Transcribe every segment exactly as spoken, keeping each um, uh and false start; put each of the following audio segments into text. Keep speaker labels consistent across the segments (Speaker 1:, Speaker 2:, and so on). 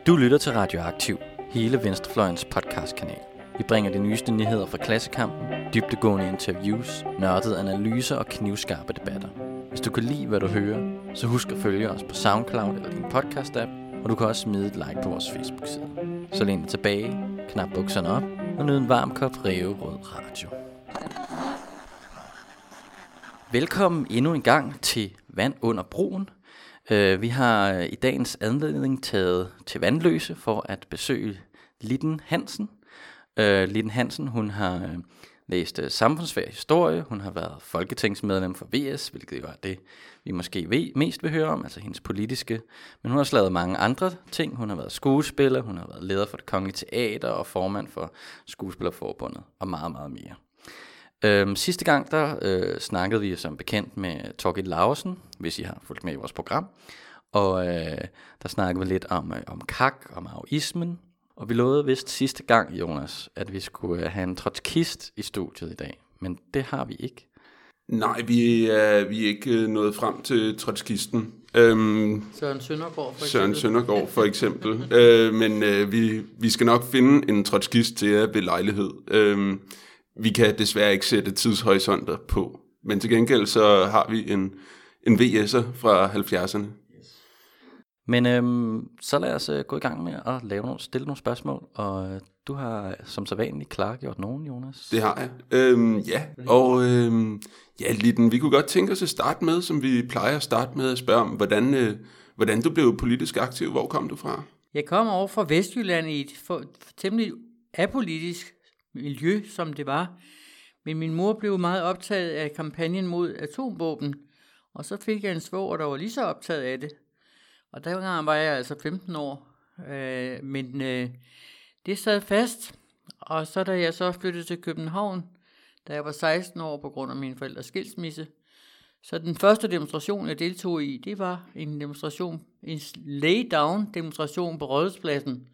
Speaker 1: Du lytter til Radioaktiv, hele Venstrefløjens podcastkanal. Vi bringer de nyeste nyheder fra Klassekampen, dybdegående interviews, nørdede analyser og knivskarpe debatter. Hvis du kan lide, hvad du hører, så husk at følge os på SoundCloud eller din podcast-app, og du kan også smide et like på vores Facebook-side. Så læn dig tilbage, knap bukserne op og nyd en varm kop ræverød radio. Velkommen endnu en gang til Vand under broen. Uh, vi har i dagens anledning taget til Vandløse for at besøge Litten Hansen. Uh, Litten Hansen, hun har uh, læst uh, samfundsfag historie, hun har været folketingsmedlem for V S, hvilket jo er det, vi måske ved, mest vil høre om, altså hendes politiske. Men hun har også lavet mange andre ting. Hun har været skuespiller, hun har været leder for Det Kongelige Teater og formand for Skuespillerforbundet og meget, meget mere. Øhm, sidste gang der øh, snakkede vi som bekendt med Thorkild Laursen, hvis I har fulgt med i vores program. Og øh, der snakkede vi lidt om, øh, om kak, om maoismen. Og vi lovede vist sidste gang, Jonas, at vi skulle øh, have en trotskist i studiet i dag. Men det har vi ikke.
Speaker 2: Nej, vi er, vi er ikke nået frem til trotskisten. Øhm,
Speaker 3: Søren Søndergaard for eksempel.
Speaker 2: Søren Søndergaard for eksempel. øh, men øh, vi, vi skal nok finde en trotskist til jer ved lejlighed. Øh, Vi kan desværre ikke sætte tidshorisonter på, men til gengæld så har vi en, en V S'er fra halvfjerdserne. Yes.
Speaker 1: Men øhm, så lad os uh, gå i gang med at lave nogle, stille nogle spørgsmål, og uh, du har som sædvanligt klargjort nogen, Jonas.
Speaker 2: Det har jeg. Øhm, ja, og øhm, ja, Litten, vi kunne godt tænke os at starte med, som vi plejer at starte med at spørge om, hvordan, øh, hvordan du blev politisk aktiv. Hvor kom du fra?
Speaker 3: Jeg kom over fra Vestjylland i et for, temmelig apolitisk miljø, som det var. Men min mor blev meget optaget af kampagnen mod atomvåben, og så fik jeg en svoger, der var lige så optaget af det. Og der var jeg altså femten år. Øh, men øh, det sad fast, og så da jeg så flyttede til København, da jeg var seksten år på grund af min forældres skilsmisse, så den første demonstration, jeg deltog i, det var en demonstration, en lay-down demonstration på Rådhuspladsen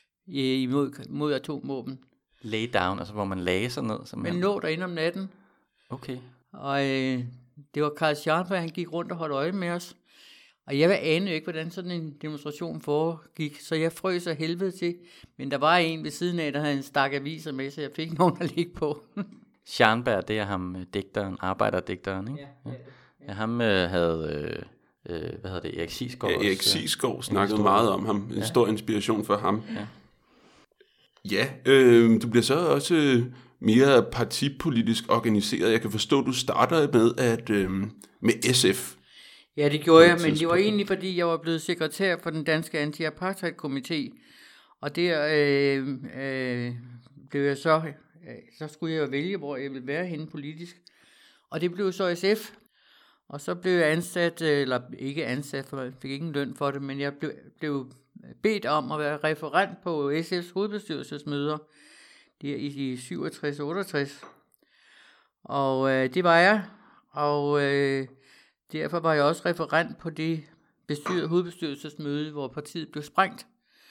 Speaker 3: imod mod atomvåben.
Speaker 1: Lay down, altså hvor man lagde sig ned?
Speaker 3: Man lå derinde om natten.
Speaker 1: Okay.
Speaker 3: Og øh, det var Carl Scharnberg, han gik rundt og holdt øje med os. Og jeg anede jo ikke, hvordan sådan en demonstration foregik, så jeg frøs af helvede til. Men der var en ved siden af, der havde en stak aviser med, så jeg fik nogen at ligge på.
Speaker 1: Scharnberg, det er ham digteren, arbejderdigteren, ikke?
Speaker 3: Ja, ja,
Speaker 1: ja. ja ham øh, havde, øh, hvad hedder det, Erik Sigsgaard?
Speaker 2: Ja, Erik Sigsgaard snakkede meget om ham. En ja. stor inspiration for ham.
Speaker 1: Ja.
Speaker 2: Ja, øh, du bliver så også mere partipolitisk organiseret. Jeg kan forstå, at du starter med at øh, med S F.
Speaker 3: Ja, det gjorde jeg, men det var egentlig, fordi jeg var blevet sekretær for den danske anti-apartheid-komité. Og der øh, øh, blev jeg så, øh, så skulle jeg jo vælge, hvor jeg ville være henne politisk. Og det blev så S F. Og så blev jeg ansat, eller ikke ansat, for jeg fik ingen løn for det, men jeg blev, blev bedt om at være referent på S F's hovedbestyrelsesmøder der i syvogtres otteogtres. Og øh, det var jeg, og øh, derfor var jeg også referent på det bestyr- hovedbestyrelsesmøde, hvor partiet blev sprængt.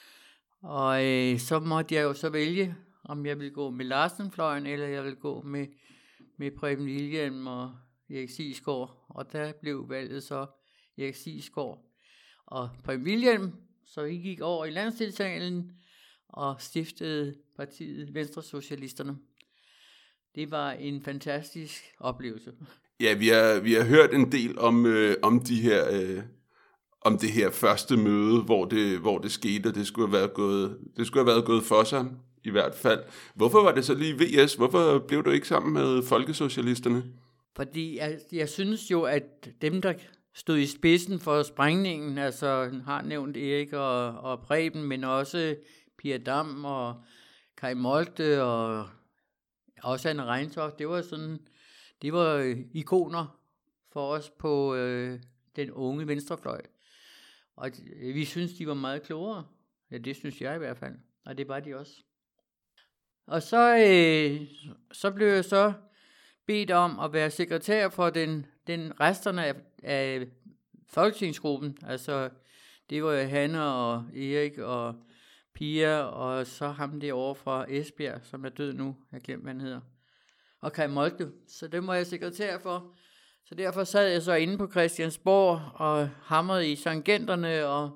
Speaker 3: Og øh, så måtte jeg jo så vælge, om jeg ville gå med Larsenfløjen, eller jeg ville gå med, med Preben Wilhjelm og Erik Sigsgaard. Og der blev valget så Erik Sigsgaard og Preben Wilhjelm. Så vi gik over i landsdelssalen og stiftede partiet Venstresocialisterne. Det var en fantastisk oplevelse.
Speaker 2: Ja, vi har, vi har hørt en del om, øh, om, de her, øh, om det her første møde, hvor det, hvor det skete, og det skulle, have været gået, det skulle have været gået for sig, i hvert fald. Hvorfor var det så lige V S? Hvorfor blev du ikke sammen med Folkesocialisterne?
Speaker 3: Fordi jeg, jeg synes jo, at dem, der stod i spidsen for sprængningen, altså har nævnt Erik og, og Preben, men også Pia Dam og Kai Moltke og også Anne Reintoft, det var sådan, det var ikoner for os på øh, den unge venstrefløj. Og vi synes, de var meget klogere. Ja, det synes jeg i hvert fald. Og det var de også. Og så, øh, så blev jeg så bedt om at være sekretær for den, den resterne af, af folketingsgruppen. Altså, det var Hanne og Erik og Pia, og så ham derovre fra Esbjerg, som er død nu. Jeg glemte, hvad han hedder. Og Kai Moltke. Så dem var jeg sekretær for. Så derfor sad jeg så inde på Christiansborg og hamrede i tangenterne og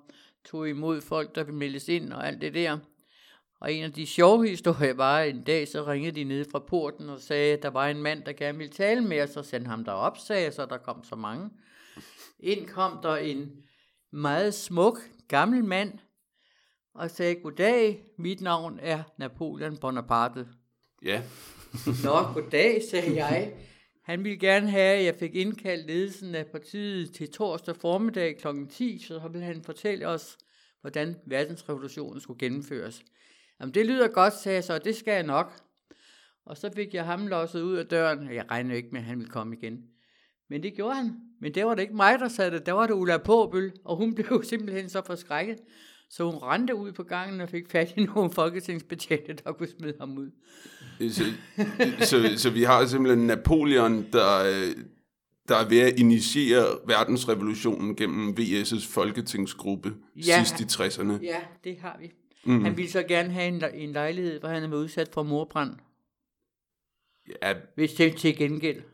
Speaker 3: tog imod folk, der ville meldes ind og alt det der. Og en af de sjove historier var, at en dag så ringede de ned fra porten og sagde, at der var en mand, der gerne ville tale med os, og sendte ham derop, sagde så der kom så mange. Ind kom der en meget smuk, gammel mand, og sagde, goddag, mit navn er Napoleon Bonaparte.
Speaker 2: Ja.
Speaker 3: Nå, goddag, sagde jeg. Han ville gerne have, at jeg fik indkaldt ledelsen af partiet til torsdag formiddag klokken ti, så ville han fortælle os, hvordan verdensrevolutionen skulle gennemføres. Jamen, det lyder godt, sagde jeg så, det skal jeg nok. Og så fik jeg ham losset ud af døren. Jeg regnede ikke med, at han ville komme igen. Men det gjorde han. Men det var det ikke mig, der sagde det. Der var det Ulla Påbøl, og hun blev simpelthen så forskrækket. Så hun rendte ud på gangen og fik fat i nogle folketingsbetjente, der kunne smide ham ud.
Speaker 2: Så, så, så vi har simpelthen Napoleon, der, der er ved at initiere verdensrevolutionen gennem V S' folketingsgruppe ja, sidst i tresserne.
Speaker 3: Ja, det har vi. Mm. Han ville så gerne have en, en lejlighed, hvor han er udsat for mordbrand.
Speaker 2: Ja.
Speaker 3: Hvis det til gengæld.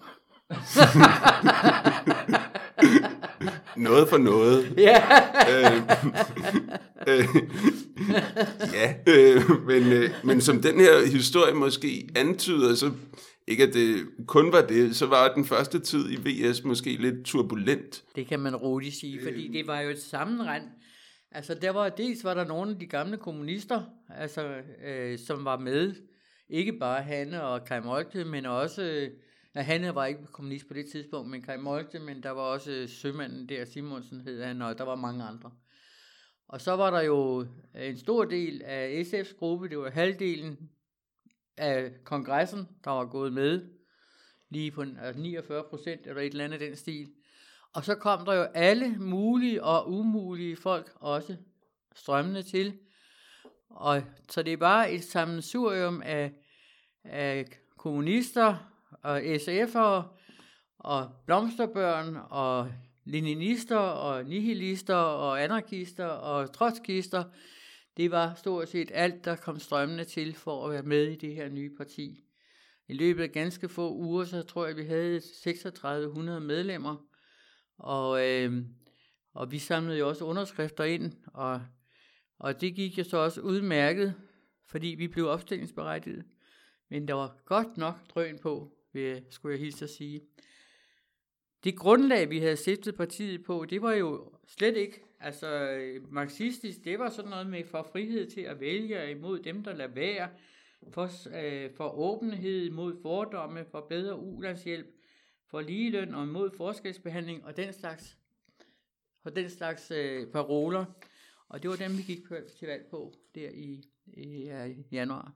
Speaker 2: Noget for noget.
Speaker 3: Ja.
Speaker 2: øh, øh, ja, øh, men, øh, men som den her historie måske antyder, så ikke at det kun var det, så var den første tid i V S måske lidt turbulent.
Speaker 3: Det kan man roligt sige, fordi det var jo et sammenrend. Altså der var dels var der nogle af de gamle kommunister, altså øh, som var med, ikke bare Hanne og Kai Moltke, men også øh, nej, Hanne var ikke kommunist på det tidspunkt, men Kai Moltke, men der var også øh, sømanden der, Simonsen hed han, og der var mange andre. Og så var der jo en stor del af S F's gruppe, det var halvdelen af kongressen, der var gået med, lige på altså niogfyrre procent eller et eller andet den stil. Og så kom der jo alle mulige og umulige folk også strømmende til. Og så det er bare et sammensurium af, af kommunister og S F'ere og blomsterbørn og leninister og nihilister og anarkister og trotskister. Det var stort set alt, der kom strømmende til for at være med i det her nye parti. I løbet af ganske få uger, så tror jeg, vi havde seksogtredive hundrede medlemmer. Og, øh, og vi samlede jo også underskrifter ind, og, og det gik jo så også udmærket, fordi vi blev opstillingsberettiget. Men der var godt nok drøn på, vil, skulle jeg hilse at sige. Det grundlag, vi havde stiftet partiet på, det var jo slet ikke altså marxistisk. Det var sådan noget med for frihed til at vælge imod dem, der lader være, for, øh, for åbenhed mod fordomme, for bedre ulandshjælp, for ligeløn og imod forskelsbehandling og den slags, og den slags øh, paroler. Og det var dem, vi gik til valg på der i, i uh, januar.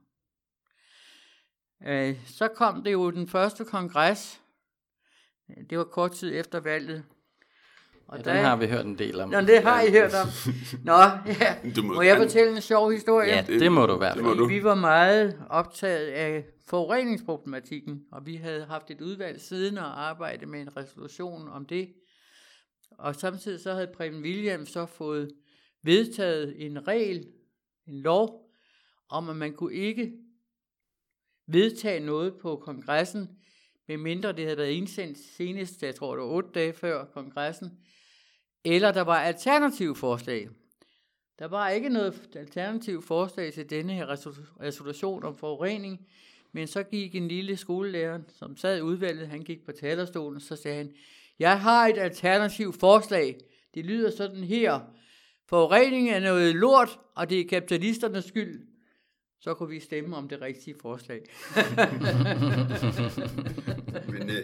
Speaker 3: Øh, så kom det jo den første kongres. Det var kort tid efter valget.
Speaker 1: Og ja, der, den har vi hørt en del om.
Speaker 3: Nå, det har I hørt om. Nå, ja. Må, må jeg fortælle en sjov historie?
Speaker 1: Ja, det må du i hvert fald.
Speaker 3: Vi var meget optaget af forureningsproblematikken, og vi havde haft et udvalg siden og arbejdet med en resolution om det. Og samtidig så havde Preben Wilhjelm så fået vedtaget en regel, en lov, om at man kunne ikke vedtage noget på kongressen, medmindre det havde været indsendt senest, jeg tror det var otte dage før kongressen, eller der var alternative forslag. Der var ikke noget alternativ forslag til denne her resolution om forurening, men så gik en lille skolelærer, som sad i udvalget, han gik på talerstolen, så sagde han, jeg har et alternativt forslag. Det lyder sådan her, forurening er noget lort, og det er kapitalisternes skyld. Så kunne vi stemme om det rigtige forslag.
Speaker 2: men, øh,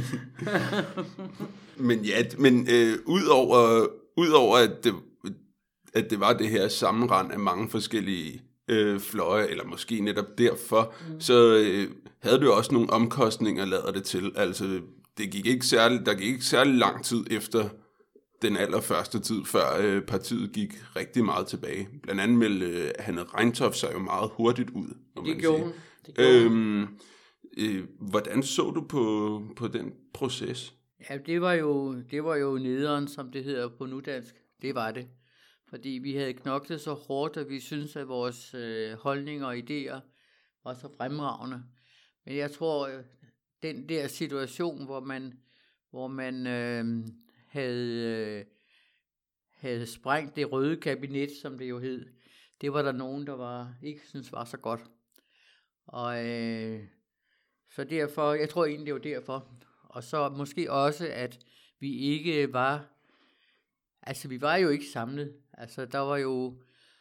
Speaker 2: men ja, men øh, udover, udover at, det, at det var det her sammenrend af mange forskellige øh, fløje, eller måske netop derfor, mm. så øh, havde det jo også nogle omkostninger, lader det til. Altså, det gik ikke særlig, der gik ikke særlig lang tid efter den allerførste tid, før øh, partiet gik rigtig meget tilbage. Blandt andet meldte øh, Hanne Reintoft sig jo meget hurtigt ud.
Speaker 3: Det gjorde det gjorde
Speaker 2: øhm, øh, Hvordan så du på, på den proces?
Speaker 3: Ja, det var jo, det var jo nederen, som det hedder på nudansk. Det var det. Fordi vi havde knoklet så hårdt, at vi syntes, at vores øh, holdninger og idéer var så fremragende. Men jeg tror, den der situation, hvor man, hvor man øh, havde, øh, havde sprængt det røde kabinet, som det jo hed. Det var der nogen, der var ikke synes var så godt. Og øh, så derfor, jeg tror egentlig, det var derfor. Og så måske også, at vi ikke var, altså vi var jo ikke samlet. Altså der var jo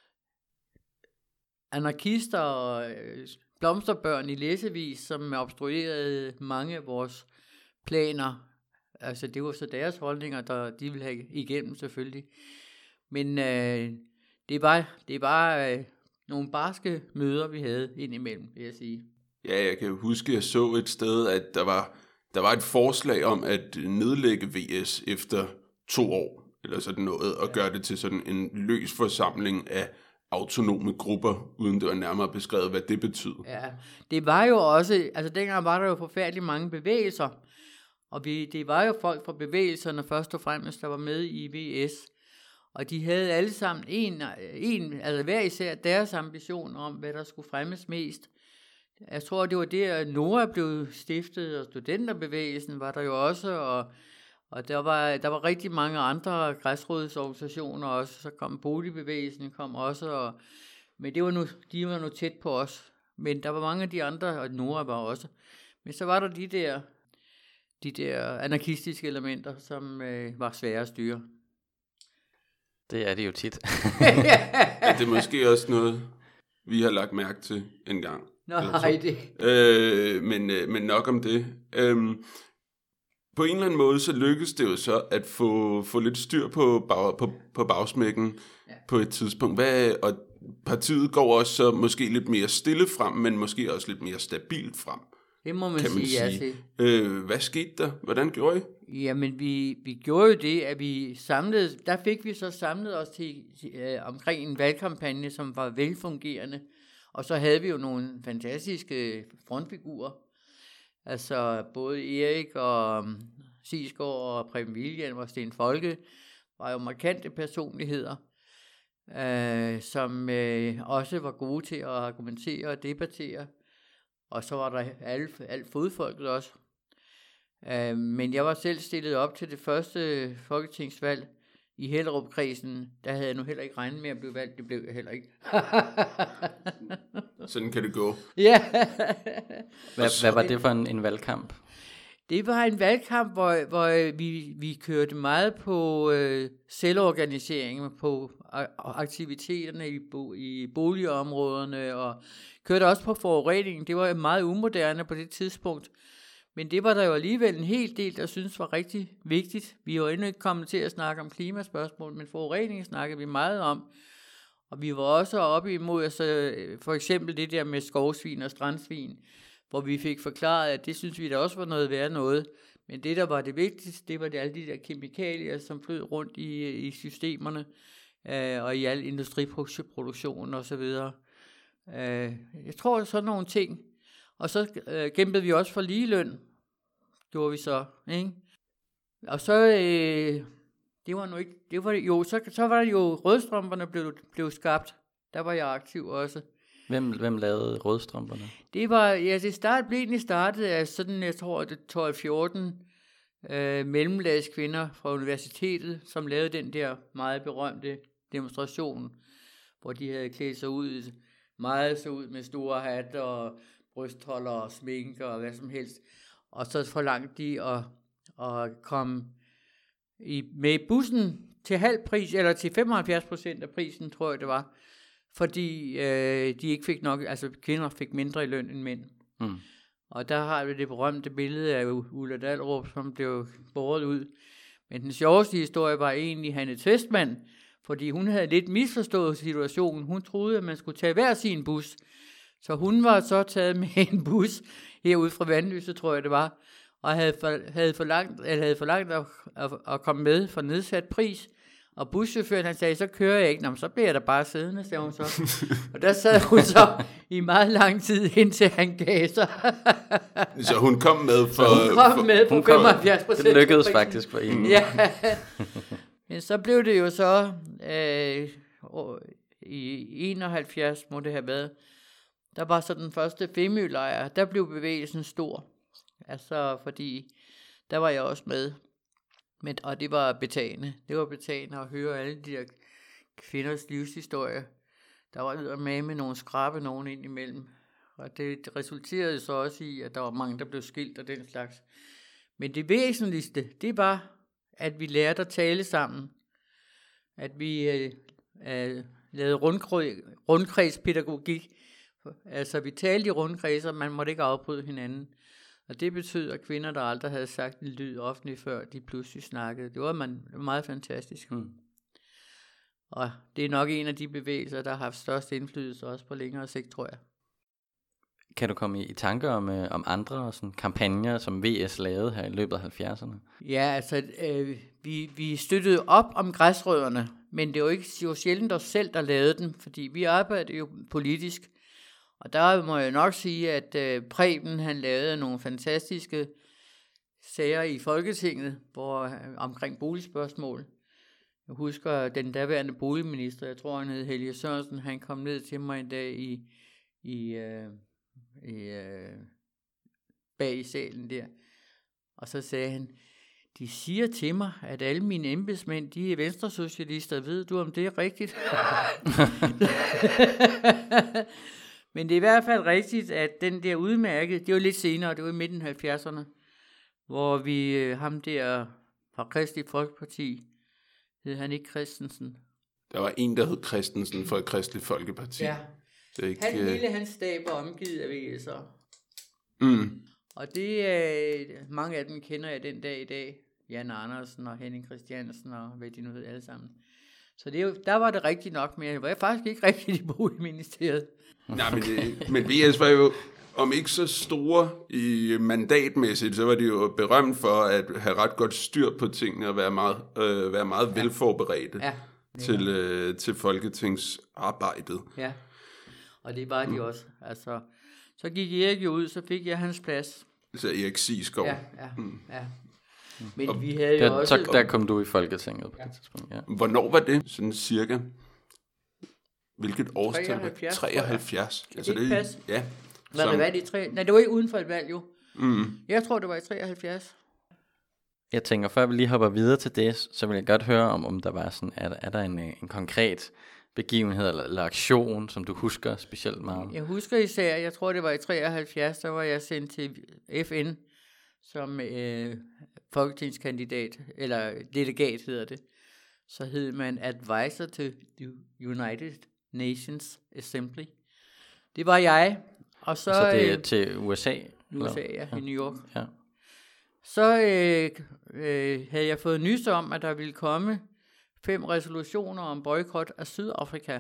Speaker 3: anarkister og øh, blomsterbørn i læsevis, som obstruerede mange af vores planer. Altså det var så deres holdninger, der de ville have igennem selvfølgelig. Men øh, det var det var øh, nogle barske møder, vi havde indimellem, vil jeg sige.
Speaker 2: Ja, jeg kan huske, at jeg så et sted, at der var, der var et forslag om at nedlægge V S efter to år, eller sådan noget, og gøre det til sådan en løs forsamling af autonome grupper, uden det var nærmere beskrevet, hvad det betød.
Speaker 3: Ja, det var jo også, altså dengang var der jo forfærdeligt mange bevægelser, og vi, det var jo folk fra bevægelserne først og fremmest, der var med i V S, og de havde alle sammen en, en altså hver især deres ambition om, hvad der skulle fremmes mest. Jeg tror, det var det, at Nora blev stiftet, og studenterbevægelsen var der jo også, og, og der, var, der var rigtig mange andre græsrodsorganisationer også, så kom boligbevægelsen kom også, og, men det var nu, de var nu tæt på os. Men der var mange af de andre, og Nora var også. Men så var der de der, de der anarkistiske elementer, som øh, var svære at styre.
Speaker 1: Det er det jo tit.
Speaker 2: Ja, det er måske også noget, vi har lagt mærke til en gang.
Speaker 3: Nej, det...
Speaker 2: Øh, men, øh, men nok om det. Øhm, på en eller anden måde, så lykkedes det jo så at få, få lidt styr på, bag, på, på bagsmækken ja. På et tidspunkt. Hvad, og partiet går også så måske lidt mere stille frem, men måske også lidt mere stabilt frem.
Speaker 3: Det må man, man sige, sige ja til.
Speaker 2: Øh, hvad skete der? Hvordan gjorde I?
Speaker 3: Jamen, vi, vi gjorde jo det, at vi samlede, der fik vi så samlet os til, til øh, omkring en valgkampagne, som var velfungerende. Og så havde vi jo nogle fantastiske frontfigurer. Altså både Erik og Sigsgaard og Preben William og Sten Folke var jo markante personligheder, øh, som øh, også var gode til at argumentere og debattere. Og så var der alt, alt fodfolket også. Øh, men jeg var selv stillet op til det første folketingsvalg i Hellerup-kredsen. Der havde jeg nu heller ikke regnet med at blive valgt. Det blev jeg heller ikke.
Speaker 2: Sådan kan det gå.
Speaker 3: Ja.
Speaker 1: Hvad, hvad var det for en, en valgkamp?
Speaker 3: Det var en valgkamp, hvor, hvor vi, vi kørte meget på øh, selvorganisering, på aktiviteterne i, bo, i boligområderne, og kørte også på forureningen. Det var meget umoderne på det tidspunkt. Men det var der jo alligevel en hel del, der synes var rigtig vigtigt. Vi var endnu ikke kommet til at snakke om klimaspørgsmål, men forurening snakkede vi meget om. Og vi var også oppe imod altså, for eksempel det der med skovsvin og strandsvin, hvor vi fik forklaret, at det synes vi da også var noget værd noget. Men det, der var det vigtigste, det var det alle de der kemikalier, som flød rundt i, i systemerne øh, og i al industriproduktion og så videre. Øh, jeg tror, sådan nogle ting. Og så øh, kæmpede vi også for ligeløn, gjorde vi så, ikke? Og så, øh, det var nu ikke, det var jo, så, så var det jo, rødstrømperne blev, blev skabt, der var jeg aktiv også.
Speaker 1: Hvem, hvem lavede rødstrømperne? Det
Speaker 3: var, ja, det start, blev egentlig startet af sådan, jeg tror, det tolv fjorten øh, mellemlagskvinder fra universitetet, som lavede den der meget berømte demonstration, hvor de havde klædt sig ud, meget så ud med store hatter og brystholder og sminker og hvad som helst. Og så forlangte de at, at komme i, med bussen til halv pris, eller til femoghalvfjerds procent af prisen, tror jeg det var. Fordi øh, de ikke fik nok, altså kvinder fik mindre i løn end mænd. Mm. Og der har vi det berømte billede af Ulla Dahlrup, som blev båret ud. Men den sjoveste historie var egentlig Hanne Tvestmann, fordi hun havde lidt misforstået situationen. Hun troede, at man skulle tage hver sin bus. Så hun var så taget med en bus herude fra Vandløse, tror jeg det var, og havde, for, havde forlangt, eller havde forlangt at, at, at komme med for nedsat pris. Og buschaufføren, han sagde, så kører jeg ikke. Nå, så bliver jeg da bare siddende, sagde hun så. Og der sad hun så i meget lang tid, indtil han gav sig.
Speaker 2: Så hun kom med for...
Speaker 3: Så hun kom med på femoghalvfjerds procent.
Speaker 1: Det lykkedes faktisk for en.
Speaker 3: Ja. Men så blev det jo så øh, i enoghalvfjerds, må det have været. Der var så den første Femølejr. Der blev bevægelsen stor. Altså, fordi der var jeg også med. Men, og det var betagende. Det var betagende at høre alle de der kvinders livshistorier. Der var med med nogle skrabe nogen ind imellem. Og det resulterede så også i, at der var mange, der blev skilt og den slags. Men det væsentligste, det var, at vi lærte at tale sammen. At vi øh, øh, lavede rundkreds, rundkredspædagogik. Altså vi talte i rundkredser, man måtte ikke afbryde hinanden. Og det betød, at kvinder, der aldrig havde sagt en lyd offentligt før, de pludselig snakkede. Det var man, meget fantastisk. Mm. Og det er nok en af de bevægelser, der har haft størst indflydelse også på længere sigt, tror jeg.
Speaker 1: Kan du komme i, i tanker om, øh, om andre sådan, kampagner, som V S lavede her i løbet af halvfjerdserne?
Speaker 3: Ja, altså øh, vi, vi støttede op om græsrødderne, men det var ikke jo sjældent os selv, der lavede dem, fordi vi arbejdede jo politisk. Og der må jeg nok sige, at øh, Preben han lavede nogle fantastiske sager i Folketinget hvor, øh, omkring boligspørgsmål. Jeg husker den daværende boligminister, jeg tror han hed Helge Sørensen, han kom ned til mig en dag i, i, øh, i øh, bag i salen der. Og så sagde han, de siger til mig, at alle mine embedsmænd, de er venstresocialister. Ved du, om det er rigtigt? Men det er i hvert fald rigtigt, at den der udmærket, det var lidt senere, det var i midten af halvfjerdserne, hvor vi, ham der fra Kristelig Folkeparti, hed han ikke Christensen?
Speaker 2: Der var en, der hed Christensen fra Kristelig Folkeparti.
Speaker 3: Ja,
Speaker 2: det er ikke,
Speaker 3: han, hele hans stab var omgivet af V S'er.
Speaker 2: Mm.
Speaker 3: Og det er, mange af dem kender jeg den dag i dag. Jan Andersen og Henning Christiansen og hvad de nu hed alle sammen. Så det, der var det rigtigt nok, men jeg var faktisk ikke rigtig i boligministeriet.
Speaker 2: Nej, men, det, men V S var jo, om ikke så store i mandatmæssigt, så var de jo berømt for at have ret godt styr på tingene og være meget, øh, være meget ja. velforberedte ja, til, øh, til folketingsarbejdet. Ja,
Speaker 3: og det var de mm. også. Altså, så gik Erik jo ud, så fik jeg hans plads.
Speaker 2: Så Erik Sigsgaard.
Speaker 3: Ja, ja,
Speaker 2: mm.
Speaker 3: ja. Men og vi havde jo
Speaker 1: der,
Speaker 3: også...
Speaker 1: Så der kom du i Folketinget på ja. det tidspunkt, ja.
Speaker 2: Hvornår var det? Sådan cirka? Hvilket årstal?
Speaker 3: treoghalvfjerds.
Speaker 2: treoghalvfjerds.
Speaker 3: Altså det, det
Speaker 2: ja.
Speaker 3: Var som... det været i tre? Nej, det var ikke uden for et valg jo.
Speaker 2: Mm.
Speaker 3: Jeg tror, det var i treoghalvfjerds.
Speaker 1: Jeg tænker, før vi lige hopper videre til det, så vil jeg godt høre om, om der var sådan, er der, er der en, en konkret begivenhed eller, eller aktion, som du husker specielt meget?
Speaker 3: Jeg husker især, jeg tror, det var i treoghalvfjerds, der var jeg sendt til F N som øh, folketingskandidat, eller delegat hedder det. Så hed man advisor to the United Nations Assembly. Det var jeg. Og så,
Speaker 1: så det er
Speaker 3: øh,
Speaker 1: til U S A?
Speaker 3: U S A, ja, ja. I New York.
Speaker 1: Ja.
Speaker 3: Så øh, øh, havde jeg fået nys om, at der ville komme fem resolutioner om boykot af Sydafrika.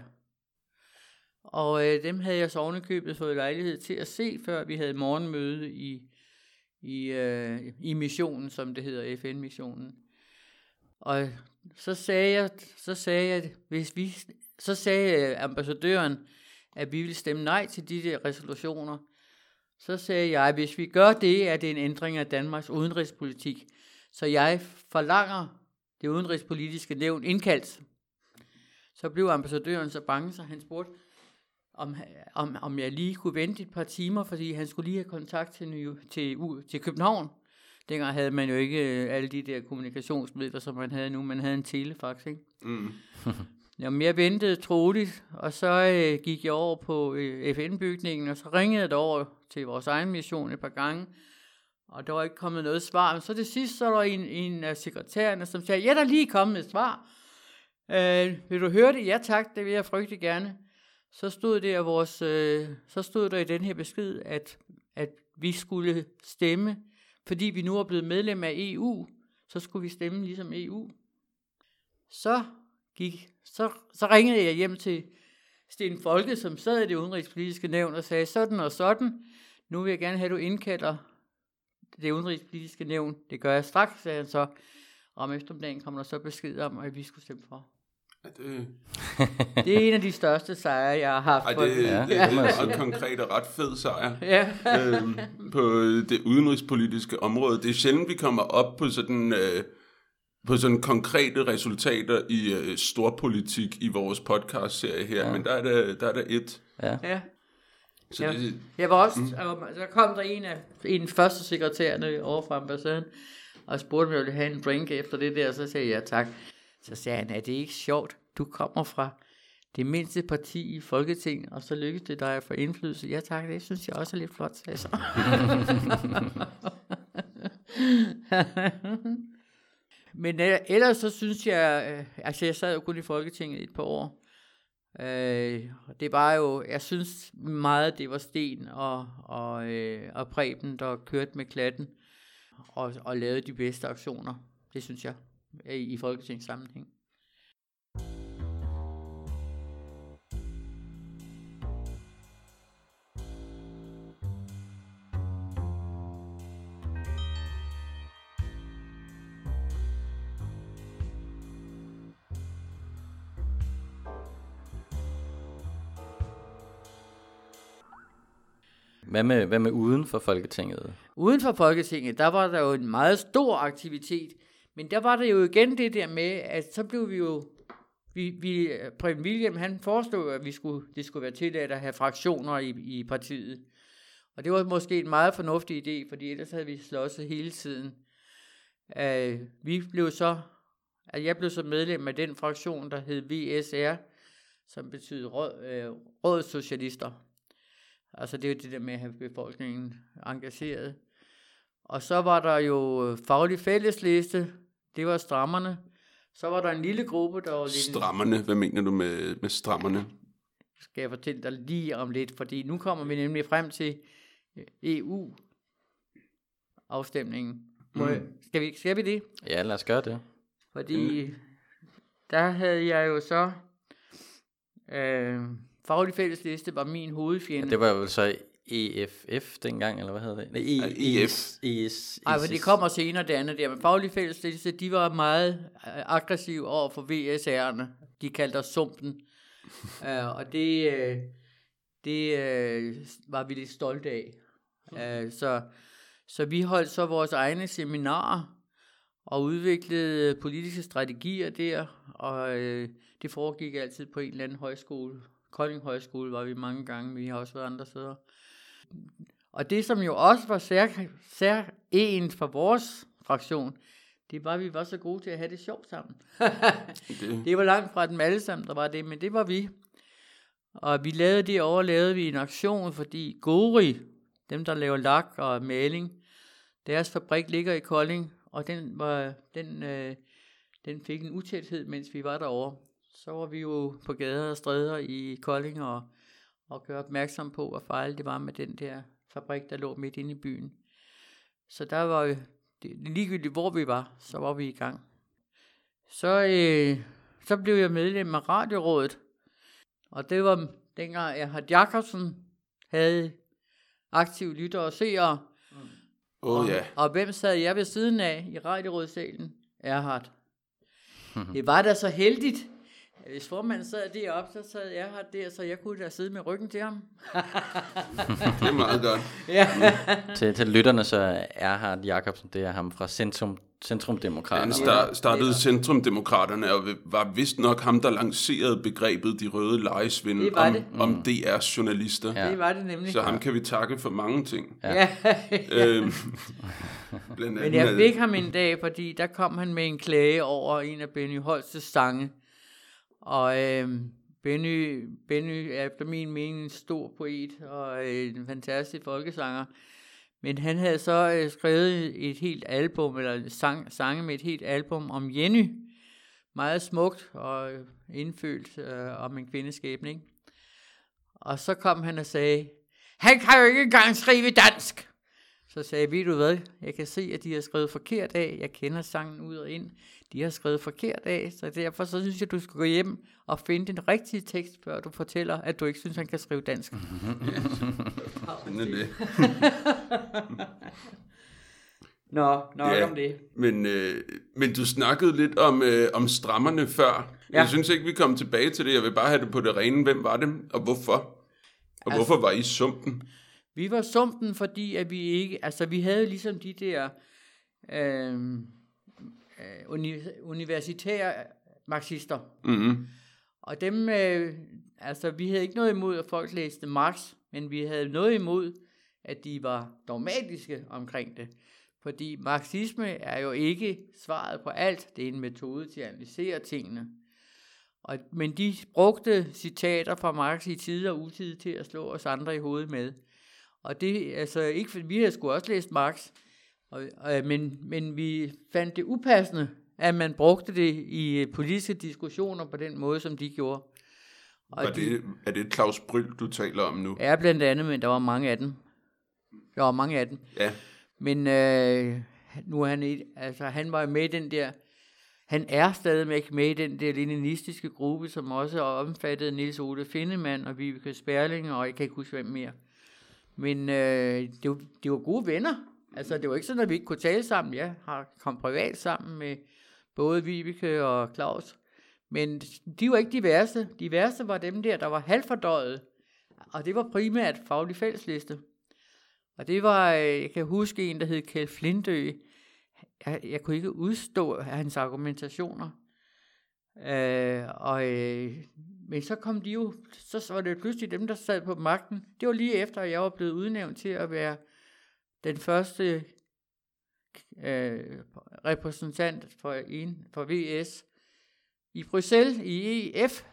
Speaker 3: Og øh, dem havde jeg så ovenikøbet fået lejlighed til at se, før vi havde morgenmøde i, i, øh, i missionen, som det hedder, F N-missionen. Og så sagde jeg, så sagde jeg, hvis vi, så sagde ambassadøren, at vi ville stemme nej til de der resolutioner. Så sagde jeg, at hvis vi gør det, er det en ændring af Danmarks udenrigspolitik. Så jeg forlanger det udenrigspolitiske nævn indkaldt. Så blev ambassadøren så bange, så han spurgte, om, om, om jeg lige kunne vente et par timer, fordi han skulle lige have kontakt til, New, til, til København. Dengang havde man jo ikke alle de der kommunikationsmidler, som man havde nu. Man havde en telefax, ikke? Mm. Jamen, jeg ventede troligt, og så øh, gik jeg over på øh, F N-bygningen, og så ringede jeg over til vores egen mission et par gange, og der var ikke kommet noget svar. Men så til sidst, så var der en, en af sekretærerne, som sagde, ja, der er lige kommet et svar. Øh, vil du høre det? Ja tak, det vil jeg frygtelig gerne. Så stod der, vores, øh, så stod der i den her besked, at, at vi skulle stemme, fordi vi nu er blevet medlem af E U, så skulle vi stemme ligesom E U. Så gik, så, så ringede jeg hjem til Sten Folke, som sad i det udenrigspolitiske nævn, og sagde sådan og sådan, nu vil jeg gerne have, at du indkalder det udenrigspolitiske nævn. Det gør jeg straks, sagde han så. Om eftermiddagen kom der så besked om, at vi skulle stemme for.
Speaker 2: Det...
Speaker 3: det er en af de største sejre, jeg har haft.
Speaker 2: Ej, det, ja, det, det er en ret konkret og ret fed sejr
Speaker 3: ja.
Speaker 2: øhm, på det udenrigspolitiske område. Det er sjældent, vi kommer op på sådan, øh, på sådan konkrete resultater i øh, storpolitik i vores podcast-serie her, ja. Men der er der, der, er der et.
Speaker 3: Ja. ja.
Speaker 2: Så
Speaker 3: ja.
Speaker 2: Det,
Speaker 3: jeg var også, mm. så kom der en af en første sekretærerne over fra ambassaden, og spurgte, om jeg ville have en drink efter det der, så sagde jeg ja, tak. Så sagde han, er det ikke sjovt? Du kommer fra det mindste parti i Folketinget, og så lykkedes det dig at få indflydelse. Ja tak, det synes jeg også er lidt flot, sagde så. Men ellers så synes jeg, øh, altså jeg sad jo kun i Folketinget et par år. Øh, det var jo, jeg synes meget, det var Sten og, og, øh, og Preben, der kørte med klatten og, og lavede de bedste aktioner. Det synes jeg, i, i Folketingssammenhæng.
Speaker 1: Hvad med, hvad med uden for Folketinget?
Speaker 3: Uden for Folketinget, der var der jo en meget stor aktivitet, men der var der jo igen det der med, at så blev vi jo, vi, vi Preben Wilhjelm, han foreslog, at vi skulle, det skulle være tilladt at have fraktioner i, i partiet. Og det var måske en meget fornuftig idé, fordi ellers havde vi slåsset hele tiden. Uh, vi blev så, altså jeg blev så medlem af den fraktion, der hed V S R, som betyder råd, øh, rådssocialister. Altså det er jo det der med at have befolkningen engageret. Og så var der jo faglig fællesliste, det var strammerne. Så var der en lille gruppe, der var lidt...
Speaker 2: Strammerne, hvad mener du med, med strammerne?
Speaker 3: Skal jeg fortælle dig lige om lidt, fordi nu kommer vi nemlig frem til E U-afstemningen. Mm. Skal vi, skal vi det?
Speaker 1: Ja, lad os gøre det.
Speaker 3: Fordi mm. der havde jeg jo så... Øh, faglig fællesliste var min hovedfjende.
Speaker 1: Ja, det var jo så E F F dengang, eller hvad hedder det? Nej,
Speaker 2: E- E F.
Speaker 1: E S.
Speaker 3: Ej, men det kommer senere det andet der. Men faglig fællesliste, de var meget aggressive over for V S R'erne. De kaldte os sumpen. uh, og det, uh, det uh, var vi lidt stolte af. Uh, så, så vi holdt så vores egne seminarer og udviklede politiske strategier der. Og uh, det foregik altid på en eller anden højskole. Kolding Højskole var vi mange gange, men vi har også været andre steder. Og det, som jo også var sær, sær en for vores fraktion, det var, at vi var så gode til at have det sjovt sammen. det. det var langt fra dem alle sammen, der var det, men det var vi. Og vi lavede det over, lavede vi en aktion, fordi Gori, dem der laver lak og maling, deres fabrik ligger i Kolding, og den, var, den, øh, den fik en utæthed, mens vi var derovre. Så var vi jo på gader og stræder i Kolding og, og gør opmærksom på, hvor fejl det var med den der fabrik, der lå midt inde i byen. Så der var jo, det, ligegyldigt hvor vi var, så var vi i gang. Så, øh, så blev jeg medlem af Radiorådet, og det var dengang Erhard Jacobsen havde aktiv lytter og seere.
Speaker 2: Oh,
Speaker 3: og,
Speaker 2: yeah.
Speaker 3: og hvem sad jeg ved siden af i Radiorådssalen? Erhard. Det var da så heldigt. Hvis formanden sad deroppe, så sad jeg her der, så jeg kunne da sidde med ryggen til ham.
Speaker 2: Det er meget godt.
Speaker 3: Ja.
Speaker 1: til, til lytterne, så er Erhard Jacobsen, det er ham fra Centrum, Centrumdemokraterne.
Speaker 2: Han star- startede Centrumdemokraterne, og var vist nok ham, der lancerede begrebet de røde lejesvinde om,
Speaker 3: det.
Speaker 2: om D R's journalister.
Speaker 3: Ja. Det var det nemlig.
Speaker 2: Så ham kan vi takke for mange ting.
Speaker 3: Ja. ja.
Speaker 2: øhm, blandt
Speaker 3: Men jeg fik ham en dag, fordi der kom han med en klage over en af Benny Holsts sange. Og øh, Benny, Benny er efter min mening en stor poet og en fantastisk folkesanger. Men han havde så øh, skrevet et helt album, eller sang, sange med et helt album om Jenny. Meget smukt og indfølt øh, om en kvindeskæbne, ikke? Og så kom han og sagde, han kan jo ikke engang skrive dansk. Så sagde jeg, ved du hvad, jeg kan se, at de har skrevet forkert af. Jeg kender sangen ud og ind. De har skrevet forkert af, så derfor så synes jeg, du skal gå hjem og finde den rigtige tekst, før du fortæller, at du ikke synes, han kan skrive dansk.
Speaker 2: det.
Speaker 3: Nå, nok ja, om det.
Speaker 2: Men, øh, men du snakkede lidt om, øh, om strammerne før. Ja. Jeg synes ikke, vi kom tilbage til det. Jeg vil bare have det på det rene. Hvem var det, og hvorfor? Og altså, hvorfor var I sumpen?
Speaker 3: Vi var sumpen, fordi at vi ikke, altså vi havde ligesom de der øh, uni- universitære marxister.
Speaker 2: Mm-hmm.
Speaker 3: Og dem, øh, altså vi havde ikke noget imod, at folk læste Marx, men vi havde noget imod, at de var dogmatiske omkring det. Fordi marxisme er jo ikke svaret på alt. Det er en metode til at analysere tingene. Og, men de brugte citater fra Marx i tid og utid til at slå os andre i hovedet med. Og det, altså ikke, for vi havde sgu også læst Marx, og, og, men, men vi fandt det upassende, at man brugte det i politiske diskussioner på den måde, som de gjorde. Og
Speaker 2: er, det, de, er det Claus Bryl, du taler om nu?
Speaker 3: Ja, blandt andet, men der var mange af dem. Der var mange af dem.
Speaker 2: Ja.
Speaker 3: Men øh, nu er han, altså, han var med i den der, han er stadigvæk med i den der leninistiske gruppe, som også omfattede Niels Ole Finnemann og Vibeke Sperling, og jeg kan ikke huske hvem mere. Men øh, det, var, det var gode venner. Altså, det var ikke sådan, at vi ikke kunne tale sammen. Jeg har kommet privat sammen med både Vibeke og Claus. Men de var ikke de værste. De værste var dem der, der var halvfordøjet. Og det var primært Faglig Fællesliste. Og det var, jeg kan huske en, der hed Kjeld Flintø. Jeg, jeg kunne ikke udstå hans argumentationer. Øh, og, øh, men så kom de jo, så var det pludselig dem, der sad på magten. Det var lige efter, at jeg var blevet udnævnt til at være den første øh, repræsentant for, en, for V S i Bruxelles, i E F.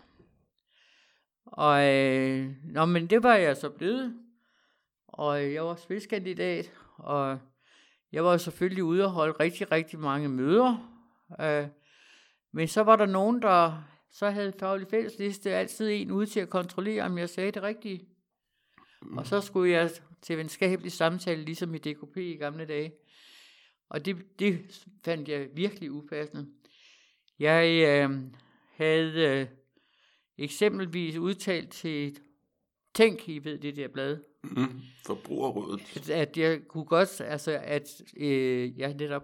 Speaker 3: Og øh, nå, men det var jeg så blevet. Og jeg var spidskandidat, og jeg var selvfølgelig ude og holde rigtig, rigtig mange møder. Øh, men så var der nogen, der så havde Faglig Fællesliste altid en ude til at kontrollere, om jeg sagde det rigtige. Mm. Og så skulle jeg til venskabelig samtale, ligesom i D K P i gamle dage. Og det, det fandt jeg virkelig upassende. Jeg øh, havde øh, eksempelvis udtalt til Tænk, I ved det der blad.
Speaker 2: Mm, Forbrugerrådet.
Speaker 3: At, at jeg kunne godt, altså at, øh, ja netop,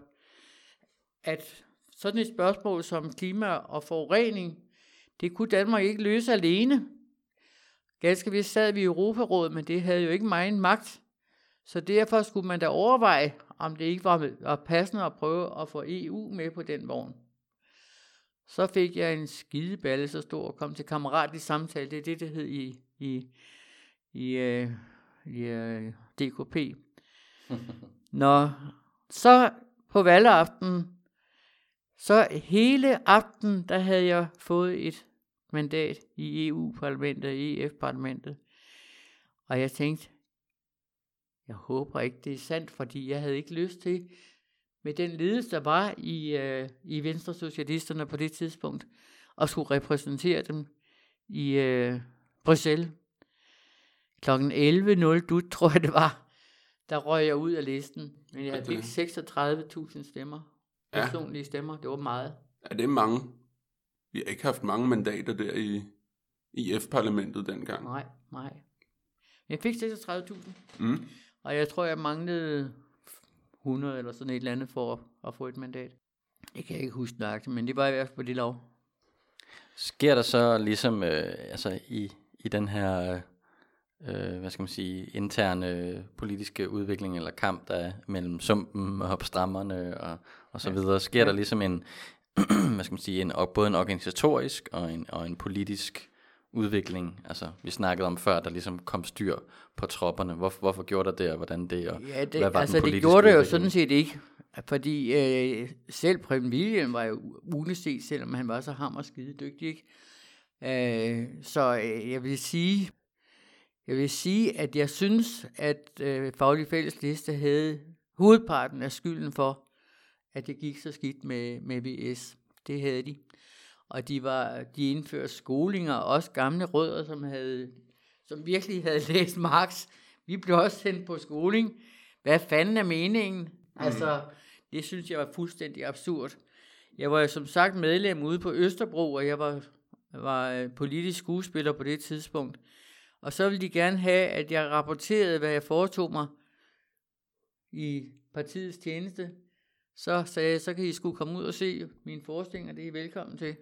Speaker 3: at sådan et spørgsmål som klima og forurening, det kunne Danmark ikke løse alene. Ganske vist sad vi i Europarådet, men det havde jo ikke meget magt. Så derfor skulle man da overveje, om det ikke var, var passende at prøve at få E U med på den vogn. Så fik jeg en skideballe så stor og kom til kammeratlig samtale. Det er det, det hed i, i, i, uh, i uh, D K P. Nå, så på valgaften, så hele aften, der havde jeg fået et mandat i E U-parlamentet og E F-parlamentet. Og jeg tænkte, jeg håber ikke, det er sandt, fordi jeg havde ikke lyst til, med den ledelse, der var i, øh, i Venstre-socialisterne på det tidspunkt, at skulle repræsentere dem i øh, Bruxelles. klokken elleve nul dut, tror jeg det var, der røg jeg ud af listen. Men jeg fik seksogtredive tusind stemmer. Personlige ja. stemmer, det var meget.
Speaker 2: Ja, det er mange. Vi har ikke haft mange mandater der i, i F-parlamentet dengang.
Speaker 3: Nej, nej. Jeg fik seksogtredive tusind.
Speaker 2: Mm.
Speaker 3: Og jeg tror, jeg manglede hundrede eller sådan et eller andet for at, at få et mandat. Jeg kan ikke huske nøjagtigt, men det var i hvert fald på det lov.
Speaker 1: Sker der så ligesom øh, altså i, i den her øh, hvad skal man sige, interne politiske udvikling eller kamp, der er mellem sumpen og opstrammerne og, og så videre, sker ja. der ligesom en, hvad skal man sige, en, både en organisatorisk og en, og en politisk udvikling? Altså, vi snakkede om før, der ligesom kom styr på tropperne. Hvorfor, hvorfor gjorde der det, og hvordan det, og
Speaker 3: ja, det,
Speaker 1: hvad var
Speaker 3: altså,
Speaker 1: den politiske
Speaker 3: det gjorde det jo
Speaker 1: udvikling?
Speaker 3: sådan set ikke, fordi øh, selv Preben Wilhjelm var jo uneset, selvom han var så hammerskide dygtig, ikke? Øh, så øh, jeg vil sige, jeg vil sige, at jeg synes, at øh, Faglig Fællesliste havde hovedparten af skylden for, at det gik så skidt med, med V S. Det havde de. Og de var, de indførte skolinger, også gamle rødder, som havde, som virkelig havde læst Marx. Vi blev også sendt på skoling. Hvad fanden er meningen? Mm. Altså, det synes jeg var fuldstændig absurd. Jeg var jo som sagt medlem ude på Østerbro, og jeg var, var politisk skuespiller på det tidspunkt. Og så ville de gerne have, at jeg rapporterede, hvad jeg foretog mig i partiets tjeneste. Så sagde jeg, så kan I sgu komme ud og se mine forestillinger, det er I velkommen til.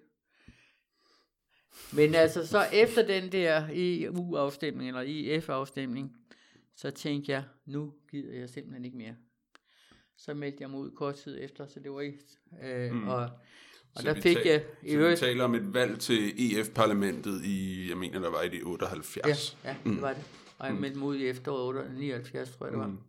Speaker 3: Men altså, så efter den der E U-afstemning, eller E F-afstemning, så tænkte jeg, nu gider jeg simpelthen ikke mere. Så meldte jeg mig ud kort tid efter, så det var ikke... Øh, mm. Og, og der fik
Speaker 2: ta-
Speaker 3: jeg...
Speaker 2: I så øvrigt, vi taler om et valg til E F-parlamentet i, jeg mener, der var i det otteoghalvfjerds.
Speaker 3: Ja, ja det var det. Og jeg meldte mig ud i efteråret nioghalvfjerds, tror jeg det var. Mm.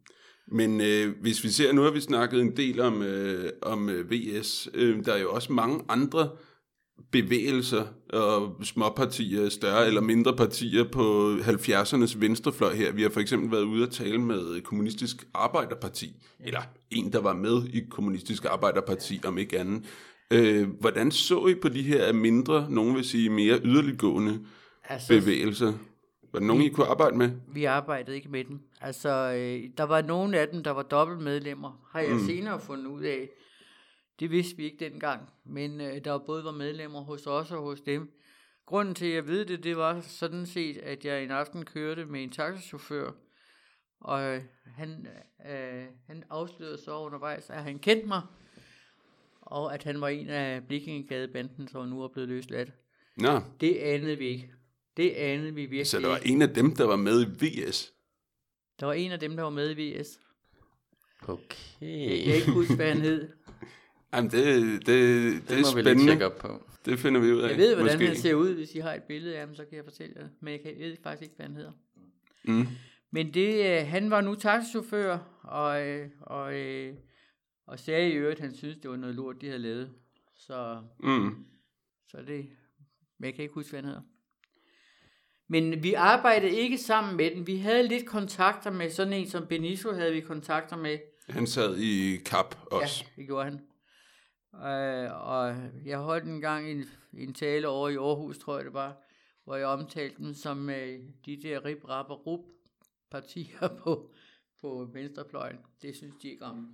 Speaker 2: Men øh, hvis vi ser, nu har vi snakket en del om, øh, om øh, V S. Øh, der er jo også mange andre bevægelser og småpartier, større eller mindre partier på halvfjerdsernes venstrefløj her. Vi har for eksempel været ude at tale med Kommunistisk Arbejderparti, eller en, der var med i Kommunistisk Arbejderparti, om ikke andet. Øh, hvordan så I på de her mindre, nogen vil sige mere yderliggående altså, bevægelser? Var det nogen, I kunne arbejde med?
Speaker 3: Vi arbejdede ikke med dem. Altså, øh, der var nogle af dem, der var dobbeltmedlemmer, har jeg mm. senere fundet ud af. Det vidste vi ikke dengang, men øh, der både var medlemmer hos os og hos dem. Grunden til, at jeg ved det, det var sådan set, at jeg en aften kørte med en taxichauffør, og øh, han, øh, han afslørede så undervejs, at han kendte mig, og at han var en af Blikkingegadebanden, som nu er blevet løsladt.
Speaker 2: Nå.
Speaker 3: Det anede vi ikke. Det anede vi virkelig.
Speaker 2: Så der var en af dem, der var med i V S?
Speaker 3: Der var en af dem, der var med i V S.
Speaker 1: Okay.
Speaker 3: Jeg kan ikke huske, hvad han hed.
Speaker 2: Jamen, det, det, det, det er spændende. Vi op på. Det finder vi ud af.
Speaker 3: Jeg ved, hvordan måske. Han ser ud. Hvis I har et billede af ham, så kan jeg fortælle jer. Men jeg, kan, jeg ved faktisk ikke, hvad han hedder.
Speaker 2: Mm.
Speaker 3: Men det, han var nu taxichauffør, og, og, og sagde i øvrigt, at han synes, det var noget lort, de havde lavet. Så,
Speaker 2: mm.
Speaker 3: så det... Men jeg kan ikke huske, hvad han hedder. Men vi arbejdede ikke sammen med den. Vi havde lidt kontakter med sådan en som Benito, havde vi kontakter med.
Speaker 2: Han sad i Kap også.
Speaker 3: Ja, det gjorde han. Uh, og jeg holdt en gang en, en tale over i Aarhus, tror jeg det var, hvor jeg omtalte dem som uh, de der rip, rap og rup partier på, på venstrefløjen. Det synes de ikke om.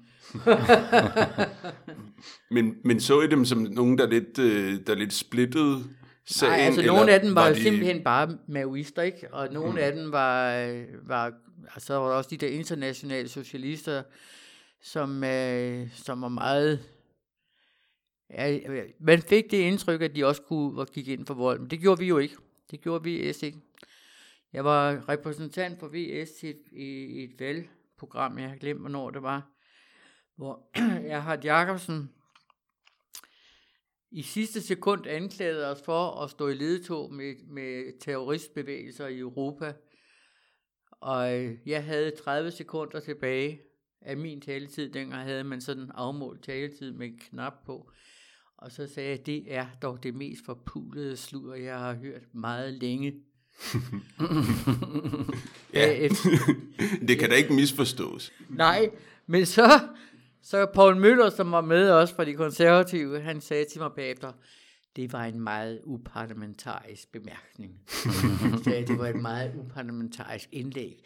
Speaker 2: men, men så I dem som nogen, der er lidt, der er lidt splittede? Sagen,
Speaker 3: Nej, altså nogle af dem var, var de... simpelthen bare maoister, ikke? Og nogle mm. af dem var, var, altså var der også de der internationale socialister, som, øh, som var meget, ja, man fik det indtryk, at de også kunne gik ind for vold, men det gjorde vi jo ikke. Det gjorde V S ikke. Jeg var repræsentant for V S i, i et valgprogram, jeg har glemt, hvornår det var, hvor Erhard Jacobsen i sidste sekund anklagede os for at stå i ledetog med, med terroristbevægelser i Europa. Og jeg havde tredive sekunder tilbage af min taletid. Dengang havde man sådan en afmålt taletid med en knap på. Og så sagde jeg, det er dog det mest forpulede sludder, jeg har hørt meget længe.
Speaker 2: Ja, det kan da ikke misforstås.
Speaker 3: Nej, men så... Så Poul Møller, som var med også fra de konservative, han sagde til mig bagefter, det var en meget uparlamentarisk bemærkning. Han sagde, det var et meget uparlamentarisk indlæg.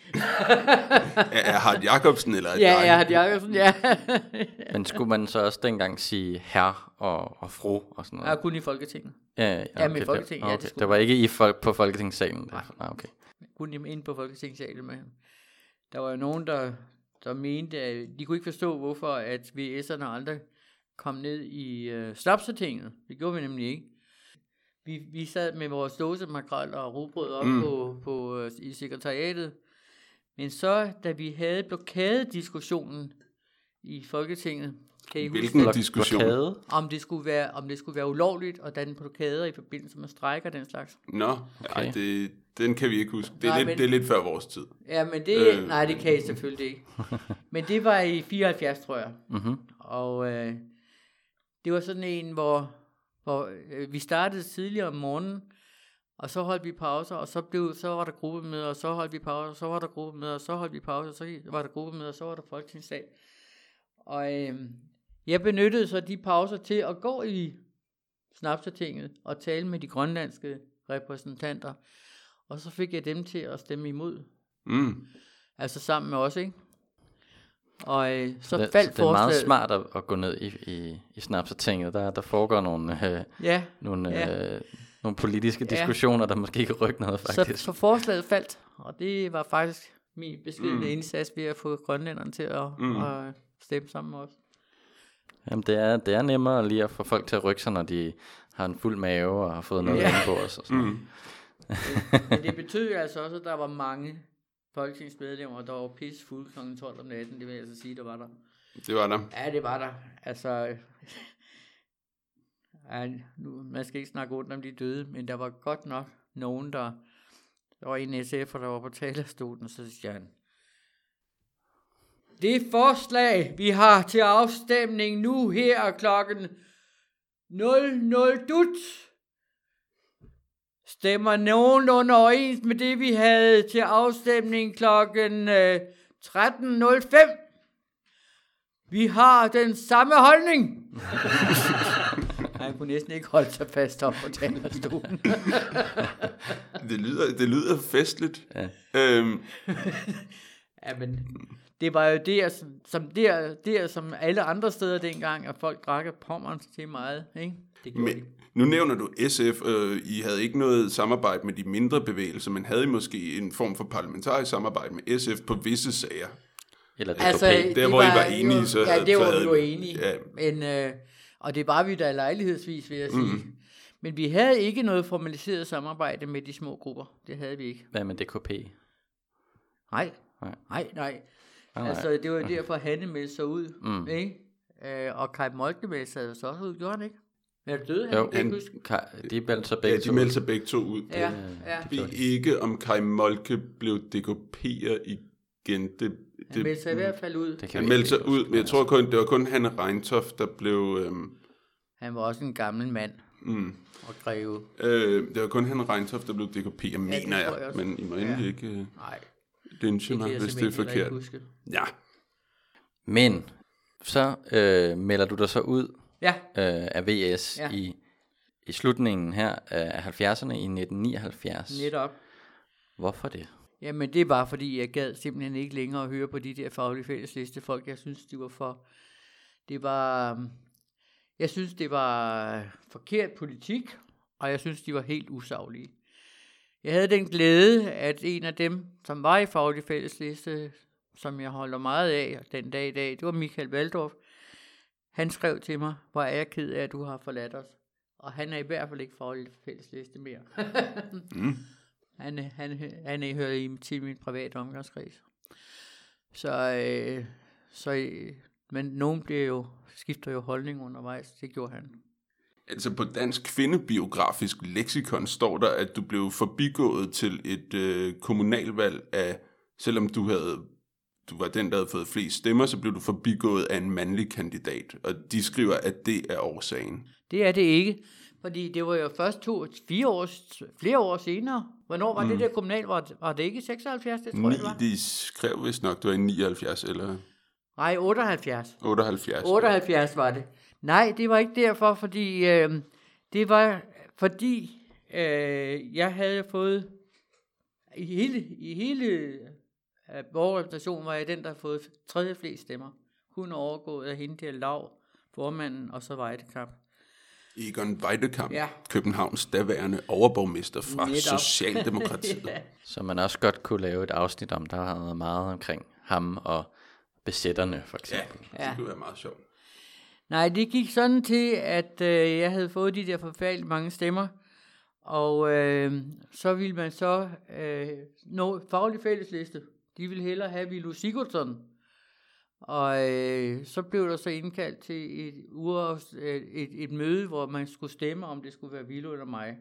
Speaker 2: Erhard Jacobsen, eller?
Speaker 3: Ja, Erhard Jacobsen, ja.
Speaker 1: Men skulle man så også dengang sige herr og, og fru og sådan noget?
Speaker 3: Ja, kun i Folketinget.
Speaker 1: Ja, ja, okay,
Speaker 3: ja med Folketinget,
Speaker 1: okay.
Speaker 3: ja, det skulle.
Speaker 1: Det var ikke i fol- på Folketingssalen?
Speaker 3: Nej,
Speaker 1: ah, okay.
Speaker 3: Kun ind på Folketingssalen med ham. Der var jo nogen, der... der mente, at de kunne ikke forstå, hvorfor at V S'erne aldrig kom ned i øh, Snapsatinget. Det gjorde vi nemlig ikke. Vi, vi sad med vores dåsemakrel og rugbrød op mm. på, på, øh, i sekretariatet. Men så, da vi havde blokadediskussionen i Folketinget, kan I
Speaker 2: Hvilken
Speaker 3: huske,
Speaker 2: diskussion?
Speaker 1: Blokade?
Speaker 3: Om det, skulle være, om det skulle være ulovligt at danne blokader i forbindelse med strejker og den slags.
Speaker 2: Nå, okay. Ej, det, den kan vi ikke huske. Det er,
Speaker 3: nej,
Speaker 2: lidt,
Speaker 3: men,
Speaker 2: det er lidt før vores tid.
Speaker 3: Ja, men det, øh. nej, det kan I selvfølgelig ikke. Men det var i fireoghalvfjerds, tror jeg.
Speaker 1: Mm-hmm.
Speaker 3: Og øh, det var sådan en, hvor, hvor øh, vi startede tidligere om morgenen, og så holdt vi pauser, og så, blev, så var der gruppemøder, og så holdt vi pauser, og så var der gruppemøder, og så holdt vi pauser, og så var der gruppemøder, og så var der folketingsdag. Og øh, jeg benyttede så de pauser til at gå i Snapsatinget og tale med de grønlandske repræsentanter. Og så fik jeg dem til at stemme imod.
Speaker 2: Mm.
Speaker 3: Altså sammen med os, ikke? Og øh, så
Speaker 1: det,
Speaker 3: faldt
Speaker 1: det er meget smart at, at gå ned i, i, i Snapsatinget. Der, der foregår nogle, øh,
Speaker 3: ja,
Speaker 1: nogle,
Speaker 3: ja.
Speaker 1: Øh, nogle politiske diskussioner, ja. Der måske kan rykke noget, faktisk.
Speaker 3: Så, så forslaget faldt, og det var faktisk min beskedne mm. indsats ved at få grønlænderne til at, mm. at stemme sammen med os.
Speaker 1: Jamen, det er, det er nemmere lige at få folk til at rykke sig, når de har en fuld mave og har fået noget ja. Inde på os. Og sådan. Mm.
Speaker 3: Men det betød altså også, at der var mange folketingsmedlemmer, der var pisse fulde klokken tolv om natten. Det vil jeg altså sige, der var der.
Speaker 2: Det var der.
Speaker 3: Ja, det var der. Altså, ja, nu, man skal ikke snakke ondt om de døde, men der var godt nok nogen, der, der var en S F'er, der var på talerstolen, så siger han, Det forslag, vi har til afstemning nu her klokken nul nul dut, stemmer nogenlunde overens med det, vi havde til afstemning klokken øh, tretten nul fem. Vi har den samme holdning. Han kunne næsten ikke holde sig fast op på talerstolen.
Speaker 2: det, lyder, det lyder festligt.
Speaker 1: Ja.
Speaker 2: Øhm.
Speaker 3: Ja, men det var jo der, som, som, der, der, som alle andre steder dengang, at folk drak pommeren til meget. Ikke? Det
Speaker 2: men, nu nævner du S F, øh, I havde ikke noget samarbejde med de mindre bevægelser, men havde I måske en form for parlamentarisk samarbejde med S F på visse sager?
Speaker 1: Eller
Speaker 3: altså,
Speaker 2: der, hvor var, I var enige, så
Speaker 3: ja,
Speaker 2: havde...
Speaker 3: det var
Speaker 2: havde,
Speaker 3: vi jo enige.
Speaker 2: Ja.
Speaker 3: Men, øh, og det var vi da lejlighedsvis, vil jeg sige.
Speaker 2: Mm.
Speaker 3: Men vi havde ikke noget formaliseret samarbejde med de små grupper. Det havde vi ikke.
Speaker 1: Hvad med D K P?
Speaker 3: Nej,
Speaker 1: nej,
Speaker 3: nej. nej.
Speaker 1: nej.
Speaker 3: Altså, det var jo derfor, Hanne meldte sig ud.
Speaker 1: Mm.
Speaker 3: Ikke? Øh, og Kai Moltke meldte sig så også ud, gjorde han ikke? Er du død?
Speaker 1: Jo,
Speaker 3: han,
Speaker 1: han, de meldte sig begge
Speaker 2: ja, de meldte sig begge to ud.
Speaker 3: Ja, ja.
Speaker 2: Jeg ved ikke, om Kai Moltke blev D K P'er igen. Det, det,
Speaker 3: han meldte sig i hvert fald ud.
Speaker 2: Han meldte sig ud, men jeg tror kun, det var kun Hanne Reintoft, der blev... Øhm,
Speaker 3: han var også en gammel mand.
Speaker 2: Mm.
Speaker 3: Og greve.
Speaker 2: Øh, det var kun Hanne Reintoft, der blev D K P'er, ja, mener jeg. jeg men I må endelig ja. ikke... Øh,
Speaker 3: Nej.
Speaker 2: Lynche mig, hvis det er forkert. Ja.
Speaker 1: Men så øh, melder du dig så ud
Speaker 3: ja.
Speaker 1: øh, af V S ja. i, i slutningen her af halvfjerdserne i nitten nioghalvfjerds.
Speaker 3: Netop.
Speaker 1: Hvorfor det?
Speaker 3: Jamen det var fordi jeg gad simpelthen ikke længere at høre på de der faglige fællesliste folk. Jeg synes de var for det var jeg synes det var forkert politik, og jeg synes de var helt usaglige. Jeg havde den glæde, at en af dem, som var i faglig fællesliste, som jeg holder meget af den dag i dag, det var Michael Waldorf. Han skrev til mig, hvor er jeg ked af, at du har forladt os. Og han er i hvert fald ikke faglig fællesliste mere. mm. Han, han, han er hørt i til min private omgangskreds. Så, øh, så øh, men nogen bliver jo, skifter jo holdning undervejs. Det gjorde han.
Speaker 2: Altså på Dansk Kvindebiografisk Leksikon står der, at du blev forbigået til et øh, kommunalvalg af, selvom du havde, du var den, der havde fået flest stemmer, så blev du forbigået af en mandlig kandidat. Og de skriver, at det er årsagen.
Speaker 3: Det er det ikke, fordi det var jo først to, fire år, flere år senere. Hvornår var mm. det der kommunal? Var, var det ikke i seksoghalvfjerds, det tror
Speaker 2: Ni,
Speaker 3: jeg, det var?
Speaker 2: De skrev vist nok, det var i nioghalvfjerds, eller?
Speaker 3: Nej, otteoghalvfjerds.
Speaker 2: otteoghalvfjerds.
Speaker 3: otteoghalvfjerds var det. Nej, det var ikke derfor, fordi øh, det var fordi øh, jeg havde fået i hele i hele øh, vores repræsentation var jeg den, der havde fået tredje flest stemmer. Kun overgået af hende der Lav, formanden, og så Weidekamp.
Speaker 2: Egon Weidekamp,
Speaker 3: ja.
Speaker 2: Københavns daværende overborgmester fra Netop. Socialdemokratiet. ja.
Speaker 1: Så man også godt kunne lave et afsnit om, der har været meget omkring ham og besætterne, for eksempel.
Speaker 2: Ja, det ja. kunne være meget sjovt.
Speaker 3: Nej, det gik sådan til, at øh, jeg havde fået de der forfærdeligt mange stemmer, og øh, så ville man så øh, nå faglig fællesliste. De ville hellere have Villu Sigurdsson. Og øh, så blev der så indkaldt til et, ur, et, et møde, hvor man skulle stemme, om det skulle være Villu eller mig.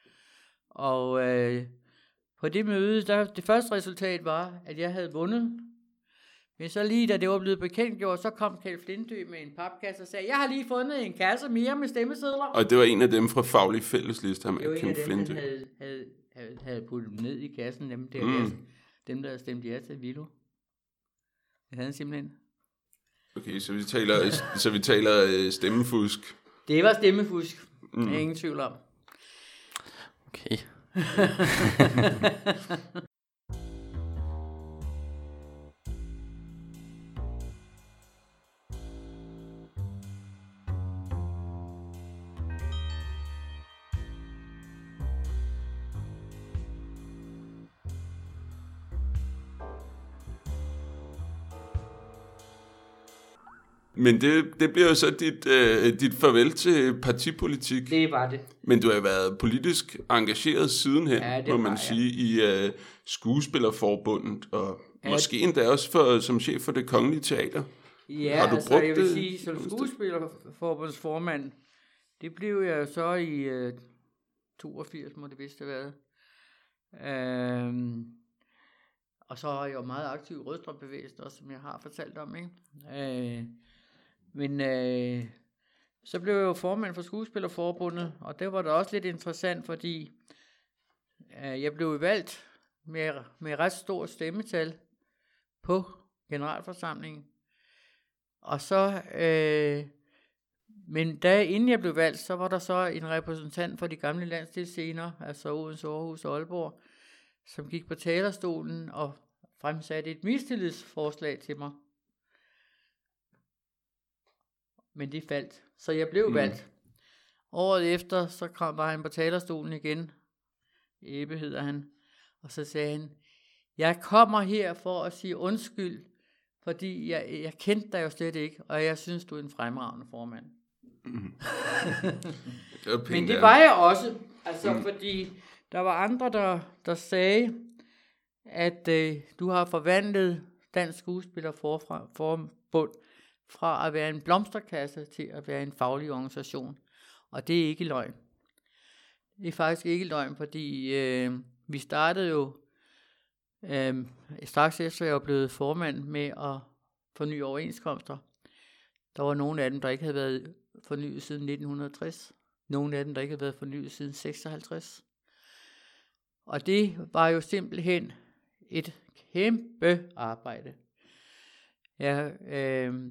Speaker 3: Og øh, på det møde, der, det første resultat var, at jeg havde vundet. Men så lige da det var blevet bekendtgjort, så kom Kjeld Flintø med en papkasse og sagde, jeg har lige fundet en kasse mere med stemmesedler.
Speaker 2: Og det var en af dem fra faglig fællesliste, ham
Speaker 3: Kjeld Flintø. Det var en af dem,
Speaker 2: havde,
Speaker 3: havde, havde, havde puttet ned i kassen, dem der, mm. dem der havde stemt ja til Villu. Det havde han simpelthen.
Speaker 2: Okay, så vi taler, så vi taler stemmefusk.
Speaker 3: Det var stemmefusk, mm. jeg er ingen tvivl om.
Speaker 1: Okay.
Speaker 2: Men det, det bliver jo så dit, øh, dit farvel til partipolitik.
Speaker 3: Det var det.
Speaker 2: Men du har været politisk engageret sidenhen, ja, må man sige, i øh, Skuespillerforbundet, og ja, måske endda også for, som chef for Det Kongelige Teater.
Speaker 3: Ja, har du altså brugt jeg vil det? sige, som Skuespillerforbundets formand, det blev jeg så i øh, toogfirs, må det vist have været. Øhm, og så er jeg jo meget aktiv i Rødstrømbevægelsen også, som jeg har fortalt om, ikke? Øh, men øh, så blev jeg jo formand for Skuespillerforbundet, og det var da også lidt interessant, fordi øh, jeg blev valgt med, med ret stor stemmetal på generalforsamlingen. Og så, øh, men da inden jeg blev valgt, så var der så en repræsentant for de gamle landsdelsscener, altså Odense, Aarhus og Aalborg, som gik på talerstolen og fremsatte et mistillidsforslag til mig. Men det faldt, så jeg blev mm. valgt. Året efter, så kom var han på talerstolen igen. Ebbe hedder han. Og så sagde han, jeg kommer her for at sige undskyld, fordi jeg, jeg kendte dig jo slet ikke, og jeg synes, du er en fremragende formand. Mm. det Men det var jeg også, altså mm. fordi der var andre, der, der sagde, at øh, du har forvandlet Dansk Skuespillerforbund fra at være en blomsterkasse til at være en faglig organisation. Og det er ikke løgn. Det er faktisk ikke løgn, fordi øh, vi startede jo øh, straks efter jeg var blevet formand med at forny overenskomster. Der var nogle af dem, der ikke havde været fornyet siden nitten tres. Nogle af dem, der ikke havde været fornyet siden seksoghalvtreds. Og det var jo simpelthen et kæmpe arbejde. Ja, øh,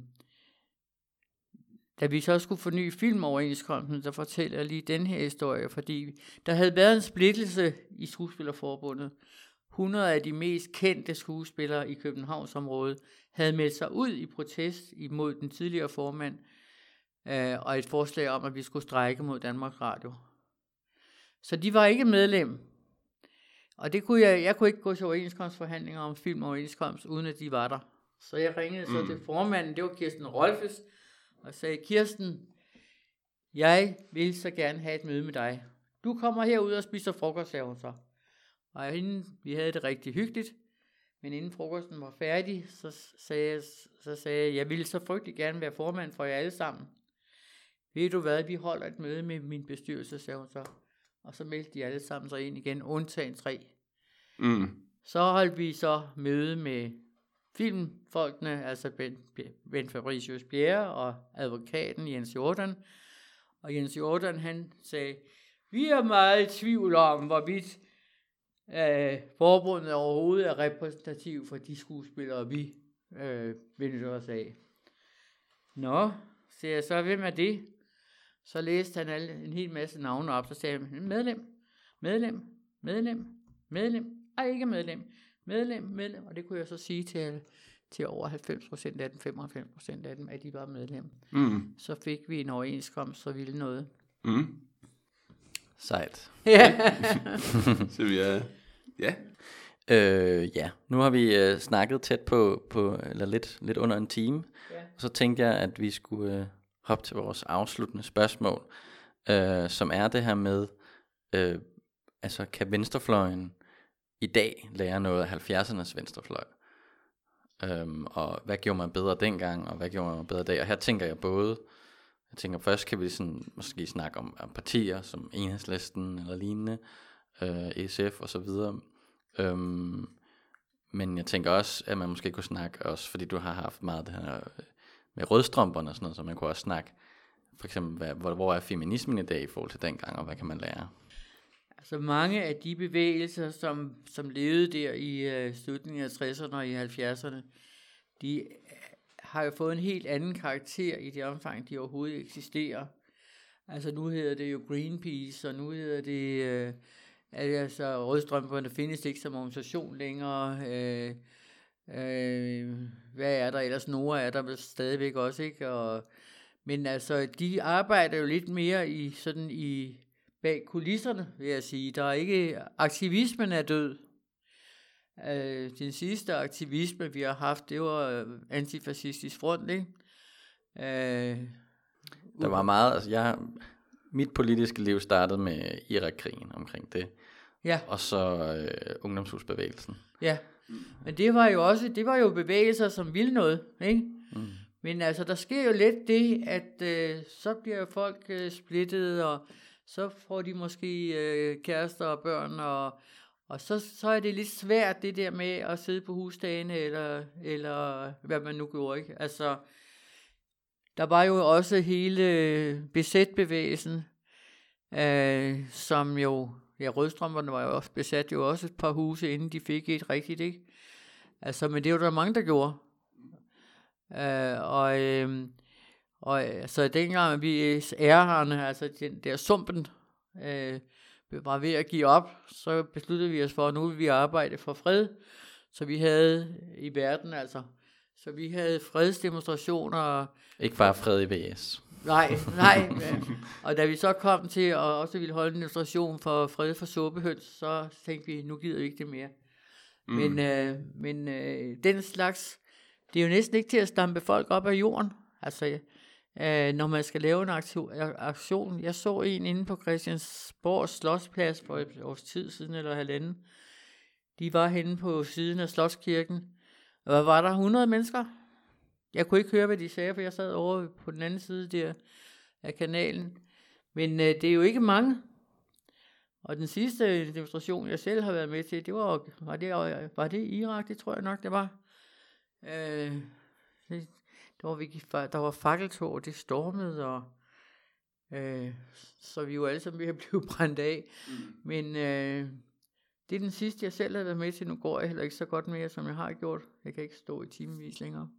Speaker 3: da vi så skulle forny filmoverenskomsten, så fortæller jeg lige den her historie, fordi der havde været en splittelse i Skuespillerforbundet. hundrede af de mest kendte skuespillere i Københavnsområdet havde meldt sig ud i protest imod den tidligere formand, øh, og et forslag om, at vi skulle strejke mod Danmarks Radio. Så de var ikke medlem. Og det kunne jeg, jeg kunne ikke gå til overenskomstforhandlinger om filmoverenskomst, uden at de var der. Så jeg ringede så mm. til formanden, det var Kirsten Rolfes, og sagde, Kirsten, jeg vil så gerne have et møde med dig. Du kommer herud og spiser frokost, sagde hun så. Og inden, vi havde det rigtig hyggeligt, men inden frokosten var færdig, så sagde jeg, så sagde jeg, jeg ville så frygtelig gerne være formand for jer alle sammen. Ved du hvad, vi holder et møde med min bestyrelse, sagde hun så. Og så meldte de alle sammen sig ind igen, undtagen tre. Mm. Så holdt vi så møde med filmfolkene, altså Ben, Ben Fabricius Bjerre og advokaten Jens Jordan. Og Jens Jordan, han sagde, vi er meget i tvivl om, hvorvidt øh, forbundet overhovedet er repræsentativ for de skuespillere, vi øh, benytter os af. Nå, siger jeg så, hvem er det? Så læste han alle, en hel masse navne op, så sagde han, medlem, medlem, medlem, medlem, ej ikke medlem, medlem, medlem, og det kunne jeg så sige til, til over halvfems procent af dem, femoghalvfems procent af dem, at de var medlem. Mm. Så fik vi en overenskomst, så ville noget.
Speaker 2: Mm.
Speaker 1: Sejt.
Speaker 3: Ja.
Speaker 2: Så vi er, ja.
Speaker 1: Øh, ja, nu har vi øh, snakket tæt på, på eller lidt, lidt under en time, ja. Og så tænkte jeg, at vi skulle... Øh, hoppe til vores afsluttende spørgsmål, øh, som er det her med, øh, altså kan venstrefløjen i dag lære noget af halvfjerdsernes venstrefløj? Øhm, og hvad gjorde man bedre dengang, og hvad gjorde man bedre i dag? Og her tænker jeg både, jeg tænker først kan vi sådan, måske snakke om, om partier som Enhedslisten eller lignende, øh, S F og så videre. Øhm, men jeg tænker også, at man måske kunne snakke også, fordi du har haft meget det her med rødstrømperne og sådan noget, så man kunne også snakke, for eksempel, hvad, hvor, hvor er feminismen i dag i forhold til dengang, og hvad kan man lære?
Speaker 3: Altså mange af de bevægelser, som, som levede der i uh, slutningen af tresserne og i halvfjerdserne, de har jo fået en helt anden karakter i det omfang, de overhovedet eksisterer. Altså nu hedder det jo Greenpeace, og nu hedder det, uh, altså rødstrømperne findes ikke som organisation længere, uh, Øh, hvad er der ellers? Nora er der vel stadigvæk også, ikke? Og, men altså, de arbejder jo lidt mere i sådan i bag kulisserne, vil jeg sige. Der er ikke, aktivismen er død. Øh, den sidste aktivisme, vi har haft, det var antifascistisk front, ikke? Øh,
Speaker 1: der var meget, altså jeg, mit politiske liv startede med Irak-krigen omkring det.
Speaker 3: Ja.
Speaker 1: Og så øh, ungdomshusbevægelsen.
Speaker 3: Ja. Men det var jo også, det var jo bevægelser, som ville noget, ikke? Mm. Men altså, der sker jo lidt det, at øh, så bliver folk øh, splittet, og så får de måske øh, kærester og børn, og, Og så, så er det lidt svært, det der med at sidde på husdagene, eller, eller hvad man nu gjorde, ikke? Altså, der var jo også hele besætbevægelsen, øh, som jo, ja, rødstrømperne var jo også besat jo også et par huse, inden de fik et rigtigt, ikke? Altså, men det var der mange, der gjorde. Øh, og, øh, og altså, dengang vi ærerne, altså den der sumpen, øh, var ved at give op, så besluttede vi os for, at nu vil vi arbejde for fred, så vi havde i verden, altså, så vi havde fredsdemonstrationer.
Speaker 1: Ikke bare fred i V S.
Speaker 3: Nej, nej. Og da vi så kom til at også ville holde en demonstration for fred for suppehøns, så tænkte vi, nu gider vi ikke det mere. Mm. Men, øh, men øh, den slags, det er jo næsten ikke til at stampe folk op af jorden. Altså, øh, når man skal lave en aktion. Jeg så en inde på Christiansborg Slotsplads for et års tid siden, eller halvanden. De var henne på siden af Slotskirken. Og hvad var der? hundrede mennesker? Jeg kunne ikke høre, hvad de sagde, for jeg sad over på den anden side der af kanalen. Men øh, det er jo ikke mange. Og den sidste demonstration, jeg selv har været med til, det var, var, det, var det Irak, det tror jeg nok, det var. Øh, det, der, var vi, der var fakkeltog, og det stormede, og øh, så vi jo alle sammen ved at blive brændt af. Mm. Men øh, det er den sidste, jeg selv har været med til. Nu går jeg heller ikke så godt mere, som jeg har gjort. Jeg kan ikke stå i timevis længere.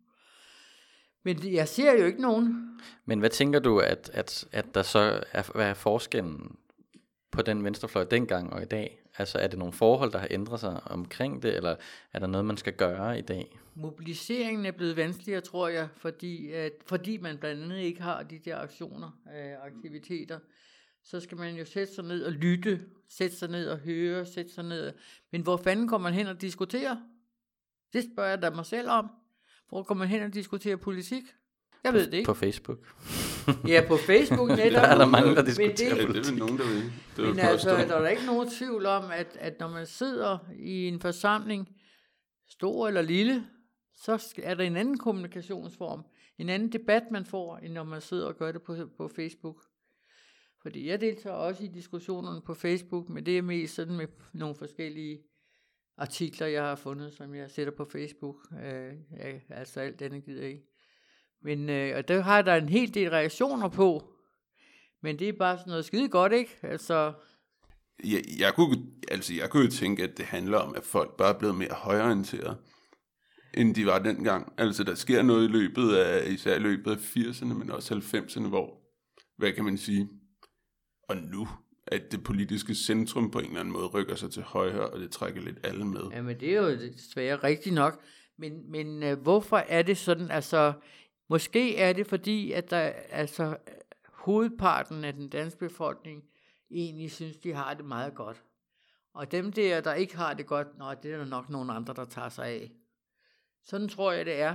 Speaker 3: Men jeg ser jo ikke nogen.
Speaker 1: Men hvad tænker du, at, at, at der så er, hvad er forskellen på den venstrefløj dengang og i dag? Altså er det nogle forhold, der har ændret sig omkring det, eller er der noget, man skal gøre i dag?
Speaker 3: Mobiliseringen er blevet vanskeligere, tror jeg, fordi, at, fordi man blandt andet ikke har de der aktioner, øh, aktiviteter. Så skal man jo sætte sig ned og lytte, sætte sig ned og høre, sætte sig ned. Men hvor fanden kommer man hen og diskuterer? Det spørger jeg da mig selv om. Hvor kommer man hen og diskuterer politik? Jeg ved det ikke.
Speaker 1: På Facebook.
Speaker 3: Ja, på Facebook netop.
Speaker 1: Der er der mange, der diskuterer
Speaker 2: det, politik. Det er nogen, der vil. Det
Speaker 3: men altså, der er ikke nogen tvivl om, at, at når man sidder i en forsamling, stor eller lille, så er der en anden kommunikationsform, en anden debat, man får, end når man sidder og gør det på, på Facebook. Fordi jeg deltager også i diskussionerne på Facebook, men det er mest sådan med nogle forskellige artikler, jeg har fundet, som jeg sætter på Facebook. Øh, ja, altså alt andet gider jeg ikke. Men øh, og der har der en hel del reaktioner på. Men det er bare sådan noget skide godt, ikke? Altså
Speaker 2: jeg, jeg kunne altså jeg kunne jo tænke, at det handler om, at folk bare er blevet mere højreorienterede, end de var dengang. Altså der sker noget i løbet af, især i løbet af firserne, men også halvfemserne, hvor, hvad kan man sige, og nu, at det politiske centrum på en eller anden måde rykker sig til højre, og det trækker lidt alle med.
Speaker 3: Jamen det er jo desværre rigtigt nok. Men, men øh, hvorfor er det sådan, altså måske er det fordi, at der, altså, hovedparten af den danske befolkning egentlig synes, de har det meget godt. Og dem der, der ikke har det godt, nå, det er der nok nogle andre, der tager sig af. Sådan tror jeg, det er.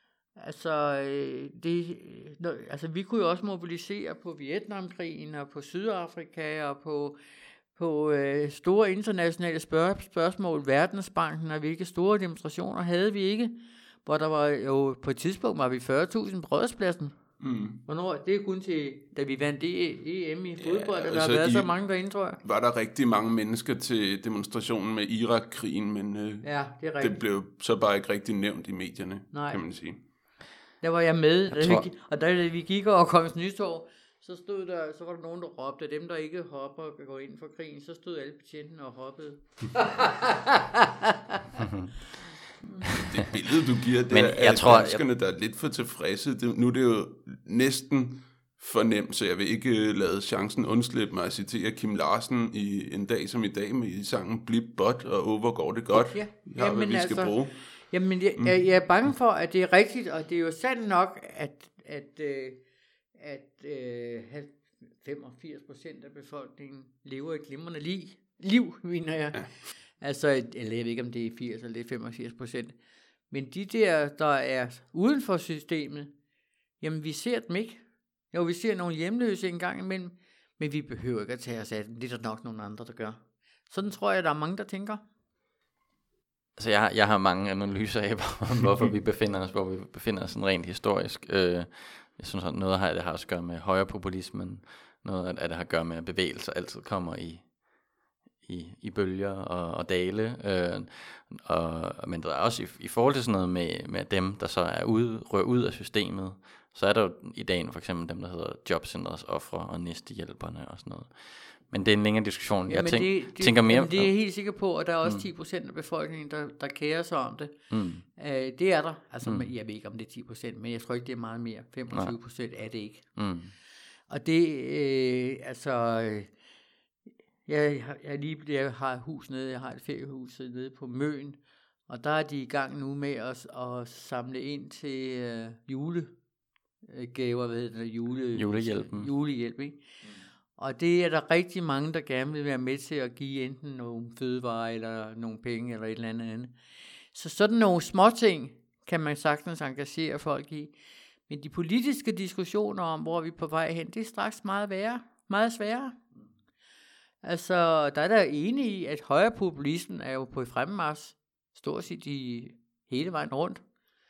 Speaker 3: Altså, det, altså vi kunne jo også mobilisere på Vietnamkrigen og på Sydafrika og på, på øh, store internationale spørg- spørgsmål, Verdensbanken, og hvilke store demonstrationer havde vi ikke, hvor der var jo på et tidspunkt var vi fyrre tusind på Rådhuspladsen. Mm. Hvornår? Det er kun til, da vi vandt E M i fodbold, ja, der har været I, så mange derinde, tror jeg.
Speaker 2: Var der rigtig mange mennesker til demonstrationen med Irak-krigen, men øh,
Speaker 3: ja, det, er
Speaker 2: det blev så bare ikke rigtig nævnt i medierne,
Speaker 3: nej,
Speaker 2: kan man sige.
Speaker 3: Der var jeg med,
Speaker 1: jeg
Speaker 3: da
Speaker 1: tror...
Speaker 3: vi, og da vi gik over Kongens Nytorv, så stod der, så var der nogen, der råbte, dem der ikke hopper og går ind for krigen, så stod alle betjentene og hoppede.
Speaker 2: Det billede, du giver, det
Speaker 1: men
Speaker 2: er,
Speaker 1: jeg
Speaker 2: at
Speaker 1: tror,
Speaker 2: danskerne, der er lidt for tilfredse. Det, nu er det jo næsten fornemt, så jeg vil ikke lade chancen undslippe mig at citere Kim Larsen i En dag som i dag med i sangen Blip Bot og Over går det godt. Ja, ja, har, hvad vi skal altså, bruge.
Speaker 3: Jamen, jeg, jeg, jeg er bange for, at det er rigtigt, og det er jo sandt nok, at, at, at, at, at femogfirs procent af befolkningen lever et glimrende liv, liv mener jeg. Ja. Altså, eller jeg ved ikke, om det er firs eller det er femogfirs procent. Men de der, der er uden for systemet, jamen vi ser dem ikke. Jo, vi ser nogle hjemløse en gang imellem, men vi behøver ikke at tage os af dem. Det er der nok nogle andre, der gør. Sådan tror jeg, der er mange, der tænker.
Speaker 1: Altså, jeg, jeg har mange analyser af, hvorfor vi befinder os, hvor vi befinder os sådan rent historisk. Øh, jeg synes, at noget af det har også at gøre med højrepopulismen. Noget af det har at gøre med, at bevægelser altid kommer i, i, i bølger og, og dale. Øh, og, men der er også i, i forhold til sådan noget med, med dem, der så er ude, rører ud af systemet, så er der jo i dag for eksempel dem, der hedder Jobcentrets ofre og næstehjælperne og sådan noget. Men det er en længere diskussion.
Speaker 3: Ja,
Speaker 1: jeg tænk,
Speaker 3: det, det,
Speaker 1: tænker mere...
Speaker 3: Jamen, det er jeg helt sikker på, og der er også mm. ti procent af befolkningen, der, der kærer sig om det. Mm. Øh, det er der. Altså, mm. jeg ved ikke, om det er ti procent, men jeg tror ikke, det er meget mere. femogtyve procent er det ikke. Mm. Og det, øh, altså... Øh, jeg, jeg, lige, jeg har et hus nede, jeg har et feriehus nede på Møn, og der er de i gang nu med at, at samle ind til øh, julegaver, hvad hedder det, jule,
Speaker 1: julehjælpen.
Speaker 3: Julehjælp, ikke? Mm. Og det er der rigtig mange, der gerne vil være med til at give enten nogle fødevarer, eller nogle penge, eller et eller andet andet. Så sådan nogle småting kan man sagtens engagere folk i. Men de politiske diskussioner om, hvor vi er på vej hen, det er straks meget værre, meget sværere. Altså, der er der enig i, at højrepopulismen er jo på fremmarch, stort set i hele vejen rundt.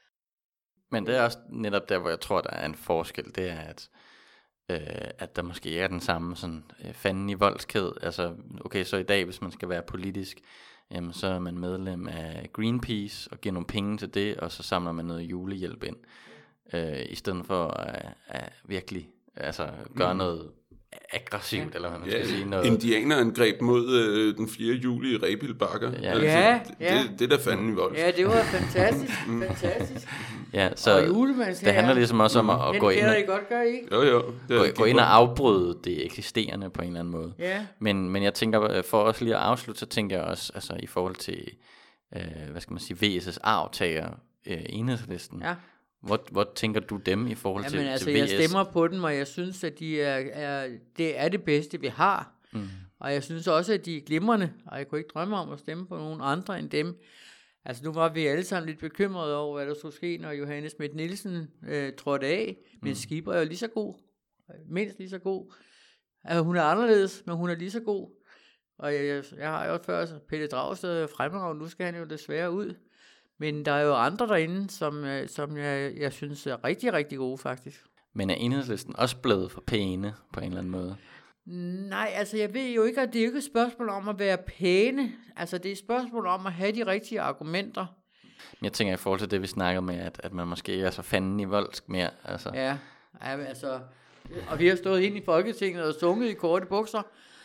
Speaker 1: Men det er også netop der, hvor jeg tror, der er en forskel, det er, at Øh, at der måske er den samme sådan øh, fanden i voldskæd. Altså, okay, så i dag, hvis man skal være politisk, jamen, så er man medlem af Greenpeace og giver nogle penge til det, og så samler man noget julehjælp ind, øh, i stedet for at, at virkelig altså, gøre mm. noget aggressivt, ja. Eller hvad man
Speaker 2: ja,
Speaker 1: skal sige. Noget.
Speaker 2: Indianerangreb mod øh, den fjerde juli i Rebild Bakker.
Speaker 1: Ja,
Speaker 2: altså,
Speaker 3: ja,
Speaker 2: det,
Speaker 3: ja.
Speaker 2: Det, det er da fanden i vold.
Speaker 3: Ja, det var fantastisk, fantastisk.
Speaker 1: Ja, så det handler ligesom også om at, at gå ind og,
Speaker 3: godt gøre, ikke?
Speaker 2: Jo, jo,
Speaker 1: gå, gå ind og afbryde det eksisterende på en eller anden måde.
Speaker 3: Ja.
Speaker 1: Men, men jeg tænker, for os lige at afslutte, så tænker jeg også, altså i forhold til, øh, hvad skal man sige, V S S arvtager, øh, Enhedslisten.
Speaker 3: Ja.
Speaker 1: Hvor, hvor tænker du dem i forhold
Speaker 3: Jamen,
Speaker 1: til,
Speaker 3: altså,
Speaker 1: til V S?
Speaker 3: Jeg stemmer på dem, og jeg synes, at de er, er, det er det bedste, vi har. Mm. Og jeg synes også, at de er glimrende, og jeg kunne ikke drømme om at stemme på nogen andre end dem. Altså nu var vi alle sammen lidt bekymrede over, hvad der skulle ske, når Johanne Schmidt Nielsen øh, trådte af. Men mm. Skipper er jo lige så god, mindst lige så god. Altså, hun er anderledes, men hun er lige så god. Og jeg, jeg, jeg har jo før Pelle Dragsted fremragende, nu skal han jo desværre ud. Men der er jo andre derinde, som, som jeg, jeg synes er rigtig, rigtig gode faktisk.
Speaker 1: Men er Enhedslisten også blevet for pæne på en eller anden måde?
Speaker 3: Nej, altså jeg ved jo ikke, at det er jo ikke et spørgsmål om at være pæne. Altså det er et spørgsmål om at have de rigtige argumenter.
Speaker 1: Jeg tænker i forhold til det, vi snakker med, at, at man måske er så fanden i voldsk mere. Altså.
Speaker 3: Ja, altså, og vi har stået ind i Folketinget og sunget i korte bukser.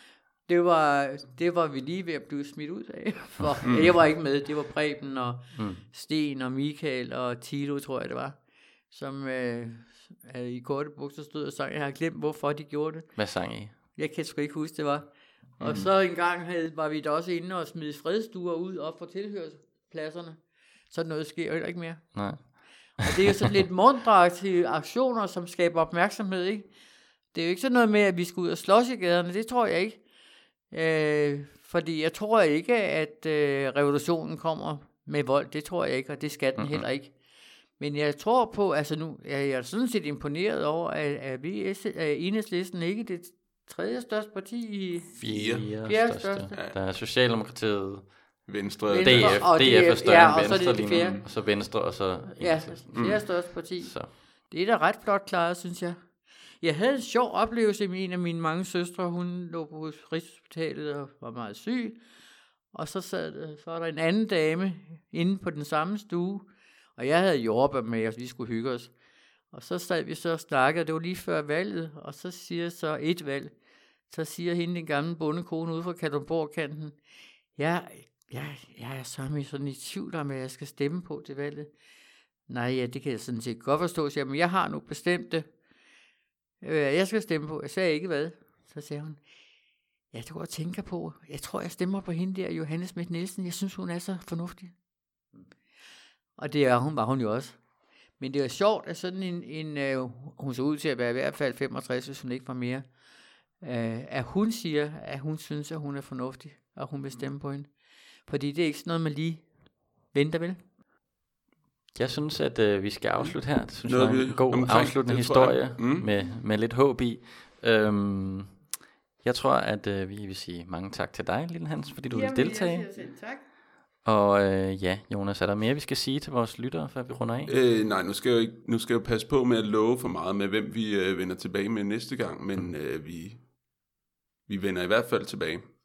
Speaker 3: Det var, det var vi lige ved at blive smidt ud af. For mm. jeg var ikke med. Det var Preben og mm. Sten og Michael og Tilo, tror jeg det var, som øh, i korte bukser stod og sang. Jeg har glemt, hvorfor de gjorde det.
Speaker 1: Hvad sang I? Jeg
Speaker 3: kan sgu ikke huske, det var. Og mm. så en gang havde, var vi da også inde og smide fredstuer ud op for tilhørspladserne. Så noget sker jo heller ikke mere.
Speaker 1: Nej.
Speaker 3: Og det er jo sådan lidt munddragtige aktioner, som skaber opmærksomhed, ikke? Det er jo ikke sådan noget med, at vi skal ud og slås i gaderne. Det tror jeg ikke. Øh, fordi jeg tror ikke, at øh, revolutionen kommer med vold. Det tror jeg ikke, og det skal den mm-hmm. heller ikke. Men jeg tror på, altså nu, jeg, jeg er sådan set imponeret over, at, at vi er Enhedslisten ikke det tredje største parti i...
Speaker 2: Fire.
Speaker 1: Fjerde, Fjerde største. største. Ja. Der er Socialdemokratiet,
Speaker 2: Venstre,
Speaker 1: Venstre D F, og D F er større
Speaker 3: ja,
Speaker 1: end Venstre,
Speaker 3: og så, det det
Speaker 1: og så Venstre, og så
Speaker 3: Enhedslisten. Ja, fjerde største parti.
Speaker 1: Så.
Speaker 3: Det er da ret flot klaret, synes jeg. Jeg havde en sjov oplevelse med en af mine mange søstre. Hun lå på Rigshospitalet og var meget syg. Og så, sad, så var der en anden dame inde på den samme stue. Og jeg havde jordbær med, og vi skulle hygge os. Og så sad vi så og snakkede, og det var lige før valget. Og så siger så et valg. Så siger hende den gamle bondekone ude fra Kalundborg-kanten. Ja, jeg, jeg er så sådan i tvivl om, hvad jeg skal stemme på til valget. Nej, ja, det kan jeg sådan set godt forstå. Så, men jeg har nu bestemt det. Jeg skal stemme på. Jeg sagde ikke hvad. Så sagde hun, jeg tror jeg tænker på, jeg tror jeg stemmer på hende der, Johanne Schmidt Nielsen. Jeg synes hun er så fornuftig. Og det er hun, var hun jo også. Men det var sjovt, at sådan en, en uh, hun så ud til at være i hvert fald femogtres, hvis hun ikke var mere, uh, at hun siger, at hun synes, at hun er fornuftig, og hun vil stemme på hende. Fordi det er ikke sådan noget, man lige venter vel.
Speaker 1: Jeg synes, at øh, vi skal afslutte her. Det synes
Speaker 2: Noget,
Speaker 1: jeg er en god
Speaker 2: omkring,
Speaker 1: afsluttende historie mm. med, med lidt håb i. Øhm, jeg tror, at øh, vi vil sige mange tak til dig, Lille Hans, fordi du
Speaker 3: Jamen,
Speaker 1: vil deltage.
Speaker 3: Jeg siger selv tak.
Speaker 1: Og øh, ja, Jonas, er der mere, vi skal sige til vores lyttere, før vi runder af?
Speaker 2: Øh, nej, nu skal, jeg ikke, nu skal jeg passe på med at love for meget med, hvem vi øh, vender tilbage med næste gang, men øh, vi, vi vender i hvert fald tilbage.
Speaker 1: Ja,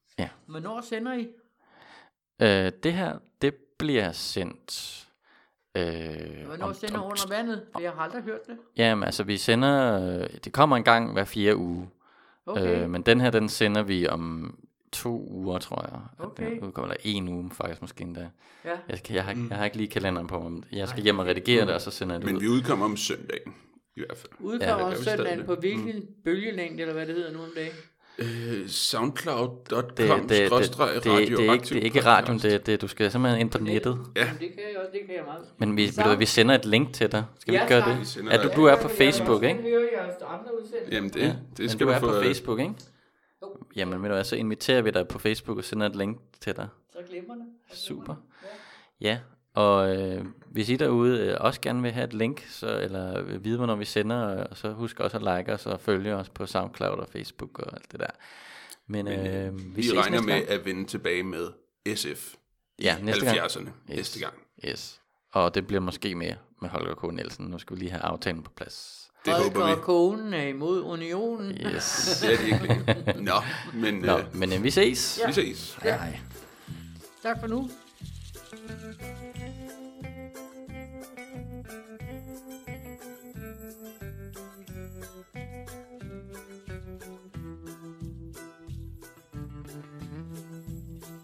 Speaker 3: Hvornår sender I?
Speaker 1: Øh, det her, det bliver sendt... Øh,
Speaker 3: Hvornår
Speaker 1: om,
Speaker 3: sender
Speaker 1: om,
Speaker 3: Under Vandet? For jeg har aldrig hørt det.
Speaker 1: Jamen, altså vi sender... Øh, det kommer en gang hver fire uge.
Speaker 3: Okay.
Speaker 1: Øh, men den her, den sender vi om to uger, tror jeg.
Speaker 3: Okay.
Speaker 1: Den udkommer, eller en uge faktisk måske endda.
Speaker 3: Ja.
Speaker 1: Jeg, skal, jeg, har, jeg har ikke lige kalenderen på mig. Jeg skal hjem og redigere det, og så sender jeg det
Speaker 2: Men
Speaker 1: ud.
Speaker 2: vi udkommer om søndagen, i hvert fald.
Speaker 3: Udkommer
Speaker 2: Ja,
Speaker 3: ja,
Speaker 2: vi
Speaker 3: søndagen
Speaker 2: stadig.
Speaker 3: på hvilken mm. bølgelængde, eller hvad det hedder nu om dagen?
Speaker 2: Øh, soundcloud punktum
Speaker 1: Det,
Speaker 2: com
Speaker 1: det, det, det, det, det, er ikke, det er ikke radioen, det, det, du skal simpelthen ind på nettet.
Speaker 2: Ja.
Speaker 3: Jamen, det kan jeg også, det kan jeg meget.
Speaker 1: Men vi, ved du, vi sender et link til dig. Skal
Speaker 3: Ja,
Speaker 1: vi gøre
Speaker 3: tak.
Speaker 1: det?
Speaker 2: sender
Speaker 1: Er
Speaker 2: dig
Speaker 1: du,
Speaker 2: et
Speaker 1: du er på Facebook, ikke?
Speaker 3: Jeg vil høre jeres andre udsendelser.
Speaker 2: Jamen det,
Speaker 1: Ja,
Speaker 2: det
Speaker 1: men
Speaker 2: skal
Speaker 1: du er
Speaker 2: få...
Speaker 1: på Facebook, ikke?
Speaker 3: Jo.
Speaker 1: Jamen, ved du hvad, så inviterer vi dig på Facebook og sender et link til dig.
Speaker 3: Så glemmer det.
Speaker 1: Super.
Speaker 3: Ja.
Speaker 1: Ja, og øh, hvis I derude øh, også gerne vil have et link, så, eller vil vide, hvornår vi sender, øh, så husk også at like os og følge os på SoundCloud og Facebook og alt det der. Men,
Speaker 2: Men,
Speaker 1: øh,
Speaker 2: øh,
Speaker 1: vi,
Speaker 2: vi
Speaker 1: ses
Speaker 2: regner
Speaker 1: næste
Speaker 2: med
Speaker 1: gang.
Speaker 2: at vende tilbage med S F
Speaker 1: Ja,
Speaker 2: i
Speaker 1: næste gang.
Speaker 2: halvfjerdserne
Speaker 1: Yes.
Speaker 2: næste gang.
Speaker 1: Yes. Og det bliver måske mere med Holger K. Nielsen. Nu skal vi lige have aftalen på plads.
Speaker 2: Det
Speaker 3: Holger
Speaker 2: håber vi.
Speaker 3: og konen er imod unionen.
Speaker 1: Yes.
Speaker 2: Det er det ikke. Nå, men
Speaker 1: Nå,
Speaker 2: øh,
Speaker 1: men øh, vi ses.
Speaker 2: vi ses.
Speaker 1: Hej.
Speaker 3: Tak for nu.